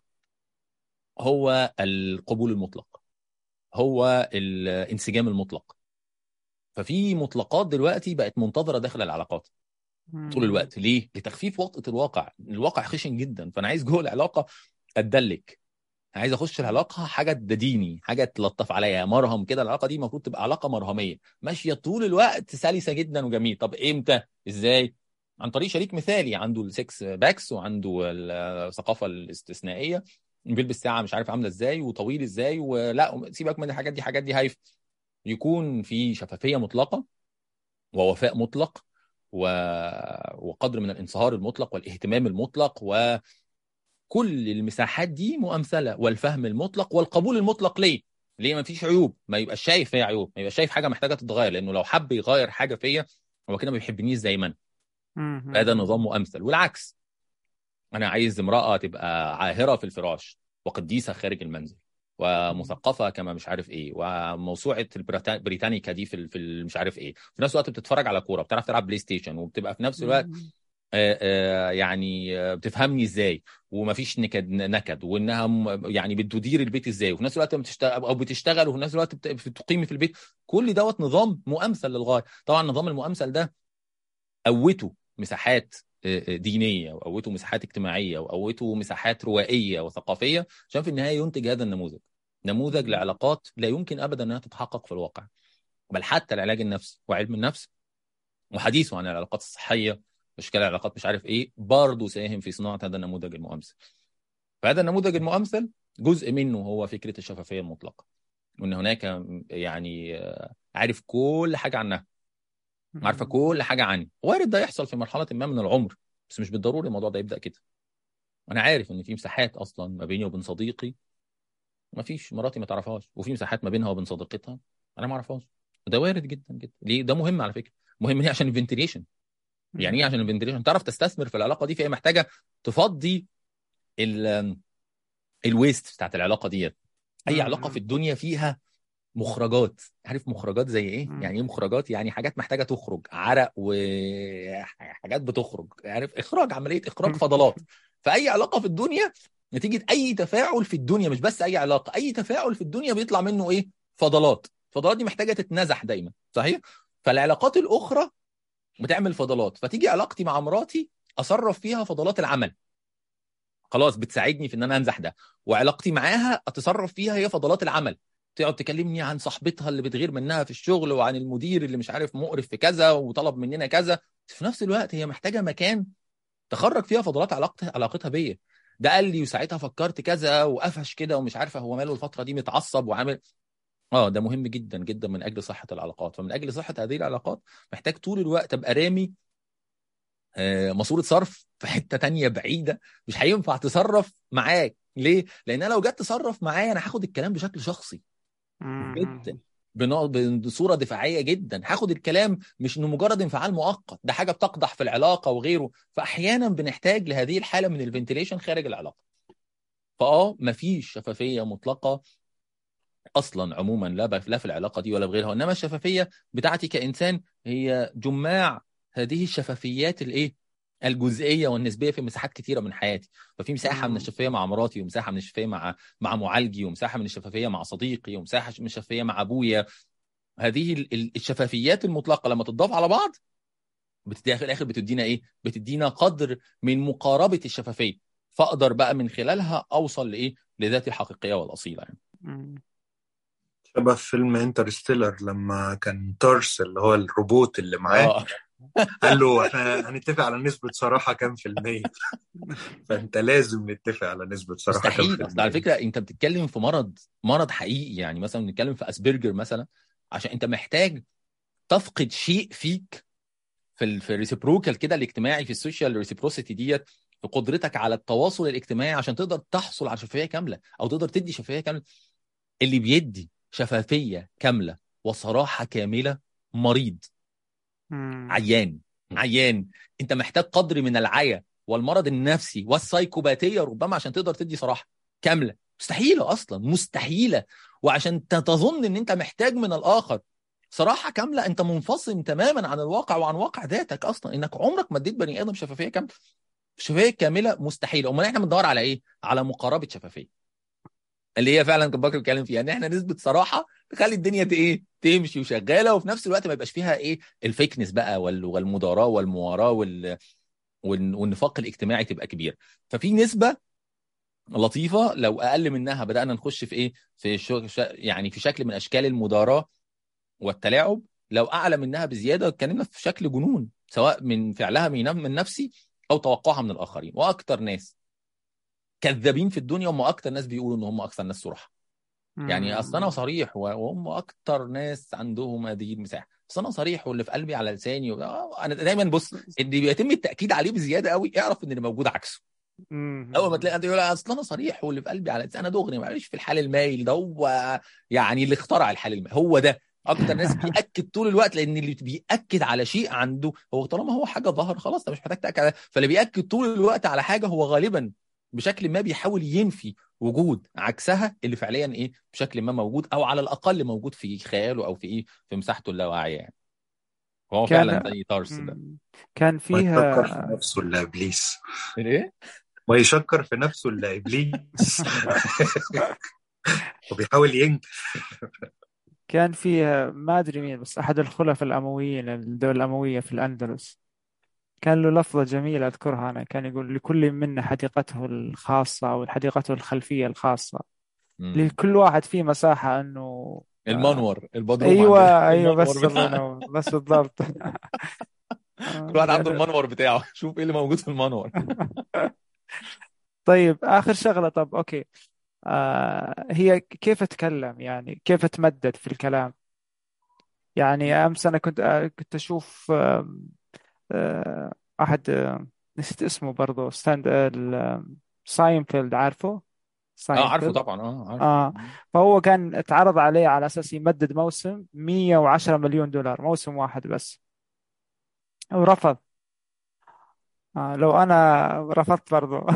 هو القبول المطلق، هو الانسجام المطلق. ففي مطلقات دلوقتي بقت منتظره داخل العلاقات طول مم. الوقت. ليه؟ لتخفيف وطأة الواقع. الواقع خشن جدا، فانا عايز جوه العلاقه اتدلك، عايز اخش العلاقه حاجه تديني، حاجه تلطف عليا، مرهم كده. العلاقه دي المفروض تبقى علاقه مرهميه ماشيه طول الوقت سلسه جدا وجميل. طب امتى؟ ازاي؟ عن طريق شريك مثالي عنده السكس باكس وعنده الثقافه الاستثنائيه، بيلبس ساعه مش عارف عامله ازاي وطويل ازاي، ولا سيبك من الحاجات دي، حاجات دي هايف. يكون في شفافيه مطلقه ووفاء مطلق و... وقدر من الانصهار المطلق والاهتمام المطلق، وكل المساحات دي مؤمثله، والفهم المطلق والقبول المطلق. ليه؟ ليه ما فيش عيوب؟ ما يبقاش شايف فيها عيوب، ما يبقاش شايف حاجه محتاجه تتغير، لانه لو حب يغير حاجه فيا هو كده ما بيحبنيش زي ما انا. هذا مم. نظام مؤمثل. والعكس، انا عايز امراه تبقى عاهره في الفراش وقديسه خارج المنزل ومثقفه كما مش عارف ايه، وموسوعه البريتا- بريتانيكا دي في ال- في ال- مش عارف ايه، في نفس الوقت بتتفرج على كوره، بتعرف تلعب بلاي ستيشن، وبتبقى في نفس الوقت مم. آه، آه، يعني آه، بتفهمني ازاي، ومفيش نكد نكد، وانها م- يعني بتدير البيت ازاي، وفي نفس الوقت بتشتغل او بتشتغل وفي نفس الوقت بت- بتقيمي في البيت. كل دوت نظام مؤمثل للغايه. طبعا النظام المؤمثل ده قوته مساحات دينيه، وقوته مساحات اجتماعيه، وقوته مساحات روائيه وثقافيه، عشان في النهايه ينتج هذا النموذج، نموذج مم. لعلاقات لا يمكن ابدا انها تتحقق في الواقع. بل حتى العلاج النفسي وعلم النفس وحديثه عن العلاقات الصحيه، اشكال العلاقات مش عارف ايه، برضه ساهم في صناعه هذا النموذج المؤمثل. فهذا النموذج المؤمثل جزء منه هو فكره الشفافيه المطلقه، وان هناك يعني عارف كل حاجه عنها، عارفه مم. كل حاجه عني. وارد ده يحصل في مرحله ما من العمر، بس مش بالضروري الموضوع ده يبدا كده. انا عارف ان في مساحات اصلا ما بيني وبين صديقي ما فيش مراتي ما تعرفهاش، وفي مساحات ما بينها وبين صديقتها انا ما اعرفهاش. وده وارد جدا جدا. ليه؟ ده مهم على فكره. مهم ليه؟ عشان الفنتيليشن. يعني ايه عشان مم. الفنتيليشن؟ تعرف تستثمر في العلاقه دي، فهي محتاجه تفضي ال الويست بتاعت العلاقه ديت. اي علاقه في مم. الدنيا فيها مخرجات. عارف مخرجات زي ايه؟ مم. يعني ايه مخرجات؟ يعني حاجات محتاجه تخرج، عرق وحاجات بتخرج، عارف، اخراج، عمليه اخراج فضلات. فاي علاقه في الدنيا نتيجه اي تفاعل في الدنيا، مش بس اي علاقه، اي تفاعل في الدنيا بيطلع منه ايه؟ فضلات. الفضلات دي محتاجه تتنزح دايما، صحيح؟ فالعلاقات الاخرى بتعمل فضلات. فتيجي علاقتي مع مراتي اصرف فيها فضلات العمل، خلاص بتساعدني في ان انا انزح ده. وعلاقتي معاها اتصرف فيها هي فضلات العمل، تقعد تكلمني عن صاحبتها اللي بتغير منها في الشغل، وعن المدير اللي مش عارف مقرف في كذا وطلب مننا كذا. في نفس الوقت هي محتاجه مكان تخرج فيها فضلات علاقتها علاقتها بيا. ده قال لي وساعتها فكرت كذا وقفش كده ومش عارفه هو ماله الفتره دي متعصب وعامل. اه ده مهم جدا جدا من اجل صحه العلاقات. فمن اجل صحه هذه العلاقات محتاج طول الوقت ابقى رامي آه، ماسوره صرف في حته تانية بعيده. مش هينفع تصرف معاك. ليه؟ لان انا لو جت تصرف معايا انا هاخد الكلام بشكل شخصي جدا، مم. بنوع- بصوره دفاعيه جدا. هاخد الكلام مش انه مجرد انفعال مؤقت، ده حاجه بتقدح في العلاقه وغيره. فاحيانا بنحتاج لهذه الحاله من الفنتيليشن خارج العلاقه. فاه مفيش شفافيه مطلقه اصلا عموما، لا ب- لا في العلاقه دي ولا بغيرها. انما الشفافيه بتاعتي كانسان هي جماع هذه الشفافيات الايه الجزئيه والنسبيه في مساحات كتيره من حياتي. ففي مساحه من مم. الشفافيه مع مراتي، ومساحه من الشفافيه مع مع معالجي، ومساحه من الشفافيه مع صديقي، ومساحه من الشفافيه مع ابويا. هذه ال- ال- الشفافيات المطلقه لما تضاف على بعض بتديها في الاخر بتدينا ايه؟ بتدينا قدر من مقاربه الشفافيه، فاقدر بقى من خلالها اوصل لايه؟ لذاتي الحقيقيه والاصيله يعني. مم. شبه فيلم انترستيلر لما كان تارس اللي هو الروبوت اللي معاه اه قال له احنا هنتفق على نسبة صراحة كام في المية. فانت لازم نتفق على نسبة صراحة كام في مستحيل. اصل على المية. فكره انت بتتكلم في مرض مرض حقيقي، يعني مثلا بنتكلم في اسبرجر مثلا، عشان انت محتاج تفقد شيء فيك في ال... في الريسيبروكال كده الاجتماعي، في السوشيال ريسيبروسيتي ديت، في قدرتك على التواصل الاجتماعي عشان تقدر تحصل على شفافيه كامله او تقدر تدي شفافيه كامله. اللي بيدي شفافيه كامله وصراحه كامله مريض، مم. عيان عيان. انت محتاج قدر من العيا والمرض النفسي والسايكوباتيه ربما عشان تقدر تدي صراحه كامله. مستحيله اصلا، مستحيله. وعشان تظن ان انت محتاج من الاخر صراحه كامله، انت منفصل تماما عن الواقع وعن واقع ذاتك اصلا، انك عمرك ما اديت بني ادم شفافيه كامله. شفافيه كامله مستحيله. امال احنا بندور على ايه؟ على مقاربه شفافيه، اللي هي فعلا كان بكر بيتكلم فيها، ان احنا نسبه صراحه تخلي الدنيا ت- ايه تمشي وشغاله، وفي نفس الوقت ما يبقاش فيها ايه الفيكنس بقى وال- والمداراه والمواراه وال... والن- والنفاق الاجتماعي تبقى كبير. ففي نسبه لطيفه، لو اقل منها بدانا نخش في ايه في شو... ش... يعني في شكل من اشكال المداراه والتلاعب. لو اعلى منها بزياده اتكلمنا في شكل جنون، سواء من فعلها من من نفسي او توقعها من الاخرين. واكتر ناس كذابين في الدنيا هم اكتر ناس بيقولوا ان هم اكثر ناس صراحه. يعني اصل انا مم. صريح و- وهم اكتر ناس عندهم هذه المساحه. اصل انا صريح واللي في قلبي على لساني و... آه، انا دايما بص، اللي بيتم التاكيد عليه بزياده قوي اعرف ان اللي موجود عكسه. اول ما مم. تلاقي حد يقول اصل انا صريح واللي في قلبي على لساني، انا دغري معلش في الحال المايل ده هو، يعني اللي اخترع الحال المايل هو ده. اكتر ناس بياكد طول الوقت، لان اللي بياكد على شيء عنده هو طالما هو حاجه ظاهر خلاص انت مش محتاج تاكد عليها. فاللي بياكد طول الوقت على حاجه هو غالبا بشكل ما بيحاول ينفي وجود عكسها اللي فعليا ايه بشكل ما موجود، او على الاقل موجود في خياله او في ايه في مساحته اللاواعيه يعني. هو فعلا كان زي طرس ده. مم. كان ما يشكر فيها في نفسه الا ابليس. ايه. ما يشكر في نفسه الا ابليس. وبيحاول ينكر. كان فيها ما أدري مين، بس أحد الخلفاء الأمويين، الدولة الأموية في الأندلس، كان له لفظة جميلة أذكرها أنا. كان يقول: لكل منا حديقته الخاصة أو حديقته الخلفية الخاصة. امم لكل واحد فيه مساحة أنه آه، المنور البدروم عندنا أيوة أيوة، المنور بس الله بتاع ينور، بس بالضبط. كل آه، واحد عنده لأنه المنور بتاعه. شوف ايه اللي موجود في المنور. طيب، آخر شغلة. طب أوكي، آه هي كيف أتكلم، يعني كيف أتمدد في الكلام. يعني أمس أنا كنت آه كنت أشوف آه آه أحد آه نسيت اسمه برضه، ستاند ساينفيلد، عارفه اه عارفه ساينفيلد؟ طبعا، اه عارفه. آه فهو كان اتعرض عليه على أساس يمدد موسم مية وعشرة مليون دولار، موسم واحد بس، ورفض. آه لو أنا رفضت برضه.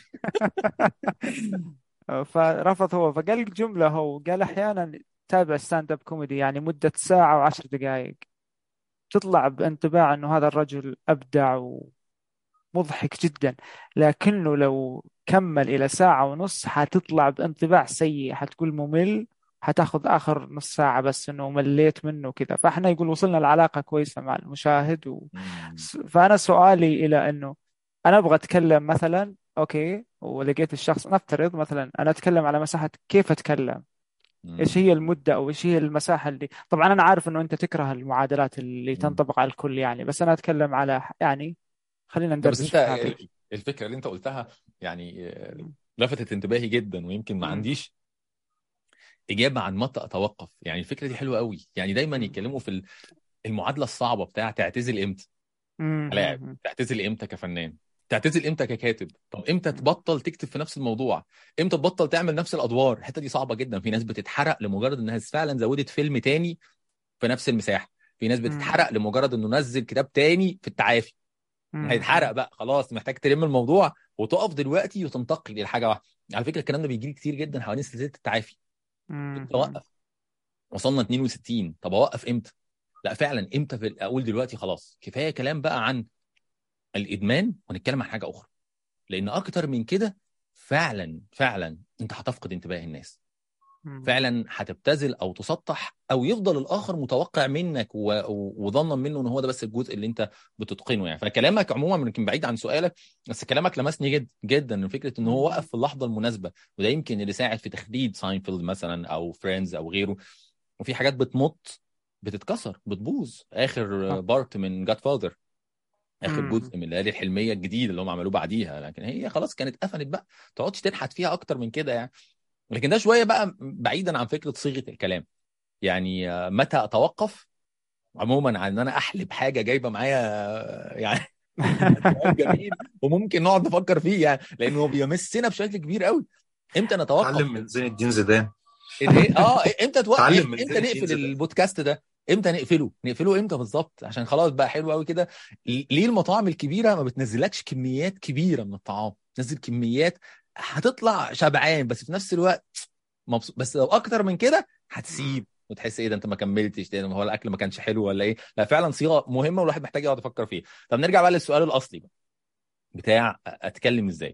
فرفض هو، فقال جملة، هو قال: أحيانا تابع ستاند اب كوميدي يعني مدة ساعة وعشر دقائق، تطلع بانطباع أنه هذا الرجل أبدع ومضحك جدا، لكنه لو كمل إلى ساعة ونص حتطلع بانطباع سيء، حتقول ممل، حتاخذ آخر نص ساعة بس أنه مليت منه كذا. فإحنا يقول وصلنا لعلاقة كويسة مع المشاهد و... مم. س- فأنا سؤالي إلى أنه أنا أبغى أتكلم مثلا، أوكي، ولقيت الشخص، نفترض مثلا أنا أتكلم على مساحة كيف أتكلم، ايش مم. هي المدة او ايش هي المساحة اللي، طبعا انا عارف انه انت تكره المعادلات اللي مم. تنطبق على الكل يعني، بس انا اتكلم على يعني، خلينا لا بس ندردش انت في هذا. الفكره اللي انت قلتها يعني آه، لفتت انتباهي جدا، ويمكن ما مم. عنديش اجابه عن متى اتوقف. يعني الفكره دي حلوه قوي، يعني دايما مم. يتكلموا في المعادله الصعبه بتاع تعتزل امتى كلاعب، مم. تعتزل امتى كفنان، تعتزل امتى ككاتب، طب امتى تبطل تكتب في نفس الموضوع، امتى تبطل تعمل نفس الادوار. الحته دي صعبه جدا. في ناس بتتحرق لمجرد انها فعلا زودت فيلم تاني في نفس المساحه. في ناس مم. بتتحرق لمجرد انه نزل كتاب تاني في التعافي. هيتحرق مم. بقى خلاص، محتاج تلم الموضوع وتقف دلوقتي وتنتقل الى حاجه واحده. على فكره الكلام ده بيجي لي كتير جدا حوالين سلسله التعافي. امتى مم. اوقف؟ وصلنا اتنين وستين، طب اوقف امتى؟ لا فعلا امتى في اقول دلوقتي خلاص كفايه كلام بقى عن الادمان ونتكلم عن حاجه اخرى. لان اكتر من كده فعلا فعلا انت هتفقد انتباه الناس، مم. فعلا هتبتذل او تسطح، او يفضل الاخر متوقع منك و... و... وظنا منه ان هو ده بس الجزء اللي انت بتتقنه يعني. فكلامك عموما يمكن بعيد عن سؤالك، بس كلامك لمسني جدا جدا من فكره ان هو مم. وقف في اللحظه المناسبه. وده يمكن اللي ساعد في تخليد ساينفيلد مثلا او فريندز او غيره. وفي حاجات بتمط، بتتكسر، بتبوظ. اخر صح. بارت من جاد فاذر اخر مم. جزء من الليالي الحلميه الجديد اللي هم عملوه بعديها، لكن هي خلاص كانت قفلت بقى، ما تقعدش تنحت فيها اكتر من كده يعني. لكن ده شويه بقى بعيدا عن فكره صيغه الكلام. يعني آه، متى اتوقف عموما عن ان انا احلب حاجه جايبه معايا آه، يعني سؤال جميل وممكن نقعد نفكر فيه يعني، لانه هو بيمسنا بشكل كبير قوي. امتى نتوقف؟ اتعلم من زين الدين زيدان. الايه اه امتى توقف؟ اتعلم من امتى زين الدين نقفل زيدان. البودكاست ده؟ امتى نقفله؟ نقفله امتى بالظبط؟ عشان خلاص بقى حلو قوي كده. ليه المطاعم الكبيره ما بتنزلكش كميات كبيره من الطعام؟ تنزل كميات هتطلع شبعان بس في نفس الوقت مبسوط، بس لو اكتر من كده هتسيب وتحس ايه ده انت ما كملتش، ده هو الاكل ما كانش حلو ولا ايه. لا فعلا صيغه مهمه والواحد محتاج يقعد يفكر فيها. طب نرجع بقى للسؤال الاصلي بقى بتاع اتكلم ازاي.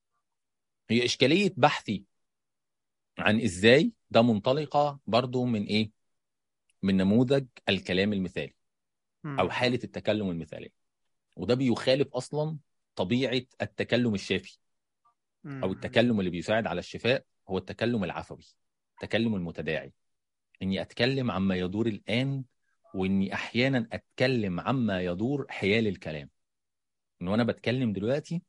هي اشكاليه بحثي عن ازاي ده منطلقه برضو من ايه؟ من نموذج الكلام المثالي او مم. حاله التكلم المثاليه. وده بيخالف اصلا طبيعه التكلم الشافي او مم. التكلم اللي بيساعد على الشفاء. هو التكلم العفوي، التكلم المتداعي، اني اتكلم عما يدور الان، واني احيانا اتكلم عما يدور حيال الكلام. ان وانا بتكلم دلوقتي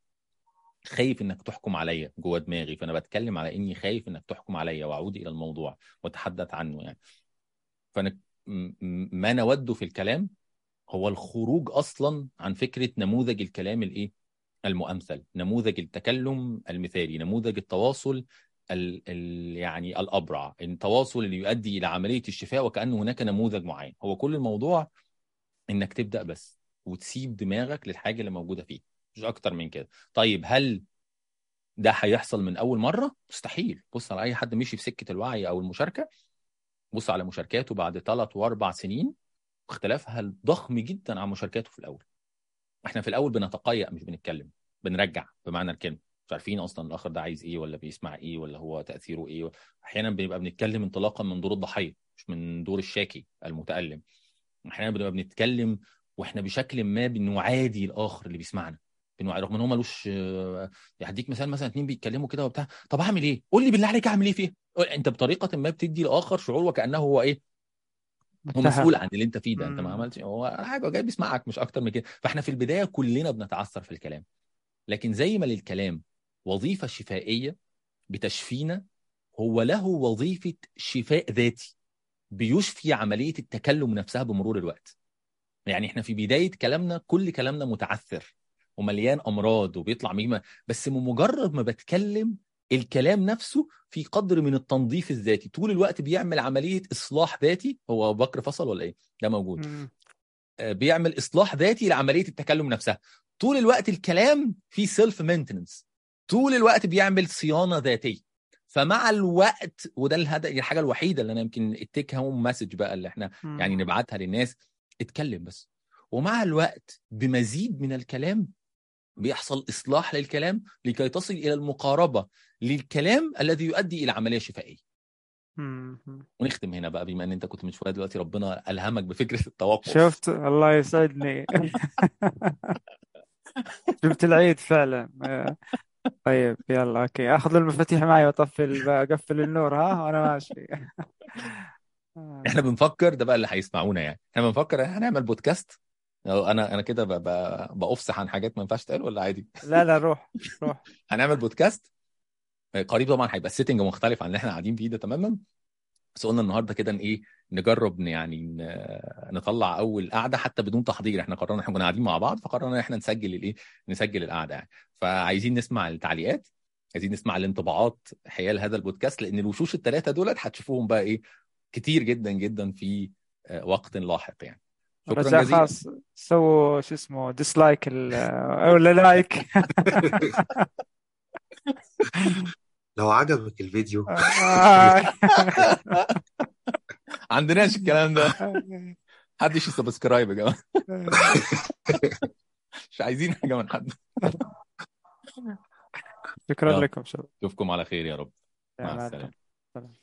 خايف انك تحكم عليا جوه دماغي، فانا بتكلم على اني خايف انك تحكم عليا واعود الى الموضوع واتحدث عنه يعني. فانا م- م- ما نوده في الكلام هو الخروج اصلا عن فكره نموذج الكلام الايه المؤمثل، نموذج التكلم المثالي، نموذج التواصل ال ال يعني الابرع، التواصل اللي يؤدي الى عمليه الشفاء وكانه هناك نموذج معين. هو كل الموضوع انك تبدا بس وتسيب دماغك للحاجه اللي موجوده فيه، مش اكتر من كده. طيب هل ده هيحصل من اول مره؟ مستحيل. بص على اي حد مشي في سكه الوعي او المشاركه، بص على مشاركاته بعد ثلاث واربع سنين، اختلافها الضخم جدا عن مشاركاته في الاول. احنا في الاول بنتقيأ مش بنتكلم، بنرجع بمعنى الكلمه، مش عارفين اصلا الاخر ده عايز ايه ولا بيسمع ايه ولا هو تاثيره ايه. احيانا بنبقى بنتكلم انطلاقا من دور الضحيه مش من دور الشاكي المتالم. احيانا بنبقى بنتكلم واحنا بشكل ما بنعادي الاخر اللي بيسمعنا، بنوعي رغم ان هو ملوش. آه، هديك مثال، مثلا اتنين بيتكلموا كده وبتاع، طب اعمل ايه؟ قول لي بالله عليك اعمل ايه فيه. انت بطريقه ما بتدي الاخر شعور وكانه هو ايه، هو متهم. مسؤول عن اللي انت فيه ده، انت ما مم. عملتش هو حاجه، جاي بيسمعك مش اكتر من كده. فاحنا في البدايه كلنا بنتعثر في الكلام. لكن زي ما للكلام وظيفه شفائيه بتشفينا، هو له وظيفه شفاء ذاتي بيشفي عمليه التكلم نفسها بمرور الوقت. يعني احنا في بدايه كلامنا كل كلامنا متعثر ومليان امراض وبيطلع ميمه، بس بمجرد ما بتكلم الكلام نفسه في قدر من التنظيف الذاتي، طول الوقت بيعمل عمليه اصلاح ذاتي. هو بكر فصل ولا ايه؟ ده موجود. مم. بيعمل اصلاح ذاتي لعمليه التكلم نفسها. طول الوقت الكلام فيه سيلف مينتننس، طول الوقت بيعمل صيانه ذاتيه. فمع الوقت، وده الهدف، الحاجه الوحيده اللي انا يمكن التيك هوم مسج بقى اللي احنا مم. يعني نبعتها للناس، اتكلم بس. ومع الوقت بمزيد من الكلام بيحصل اصلاح للكلام لكي تصل الى المقاربه للكلام الذي يؤدي الى عمليه شفائيه. مم. ونختم هنا بقى، بما ان انت كنت من شويه دلوقتي ربنا الهمك بفكره التوقف. شفت، الله يسعدني. شفت العيد فعلا. آه، طيب يلا اوكي، اخذ المفاتيح معي واطفي ال- اقفل النور، ها وانا ماشي. احنا آه. بنفكر ده بقى اللي هيسمعونا يعني، احنا بنفكر هنعمل بودكاست. أو انا انا كده ب- ب- بافصح عن حاجات ما ينفعش تقال ولا عادي؟ لا لا، روح روح. هنعمل بودكاست قريب طبعا، هيبقى السيتنج مختلف عن اللي احنا قاعدين فيه ده تماما. بس قلنا النهارده كده ان ايه، نجرب ن- يعني ن- نطلع اول قعده حتى بدون تحضير. احنا قررنا، احنا كنا قاعدين مع بعض فقررنا ان احنا نسجل الايه، نسجل القعده يعني. فعايزين نسمع التعليقات، عايزين نسمع الانطباعات حيال هذا البودكاست، لان الوشوش الثلاثه دولت هتشوفوهم بقى ايه كتير جدا جدا في آه، وقت لاحق يعني. شكرا رجاء جزيلا. خاص، سووا شو اسمه ديسلايك ولا لايك. لو عجبك الفيديو عندناش الكلام ده. محدش يسبسكرايب يا جماعه. مش عايزين حاجه من حد. شكرا يلا لكم شباب. اشوفكم على خير يا رب. يا مع معلم. السلامه.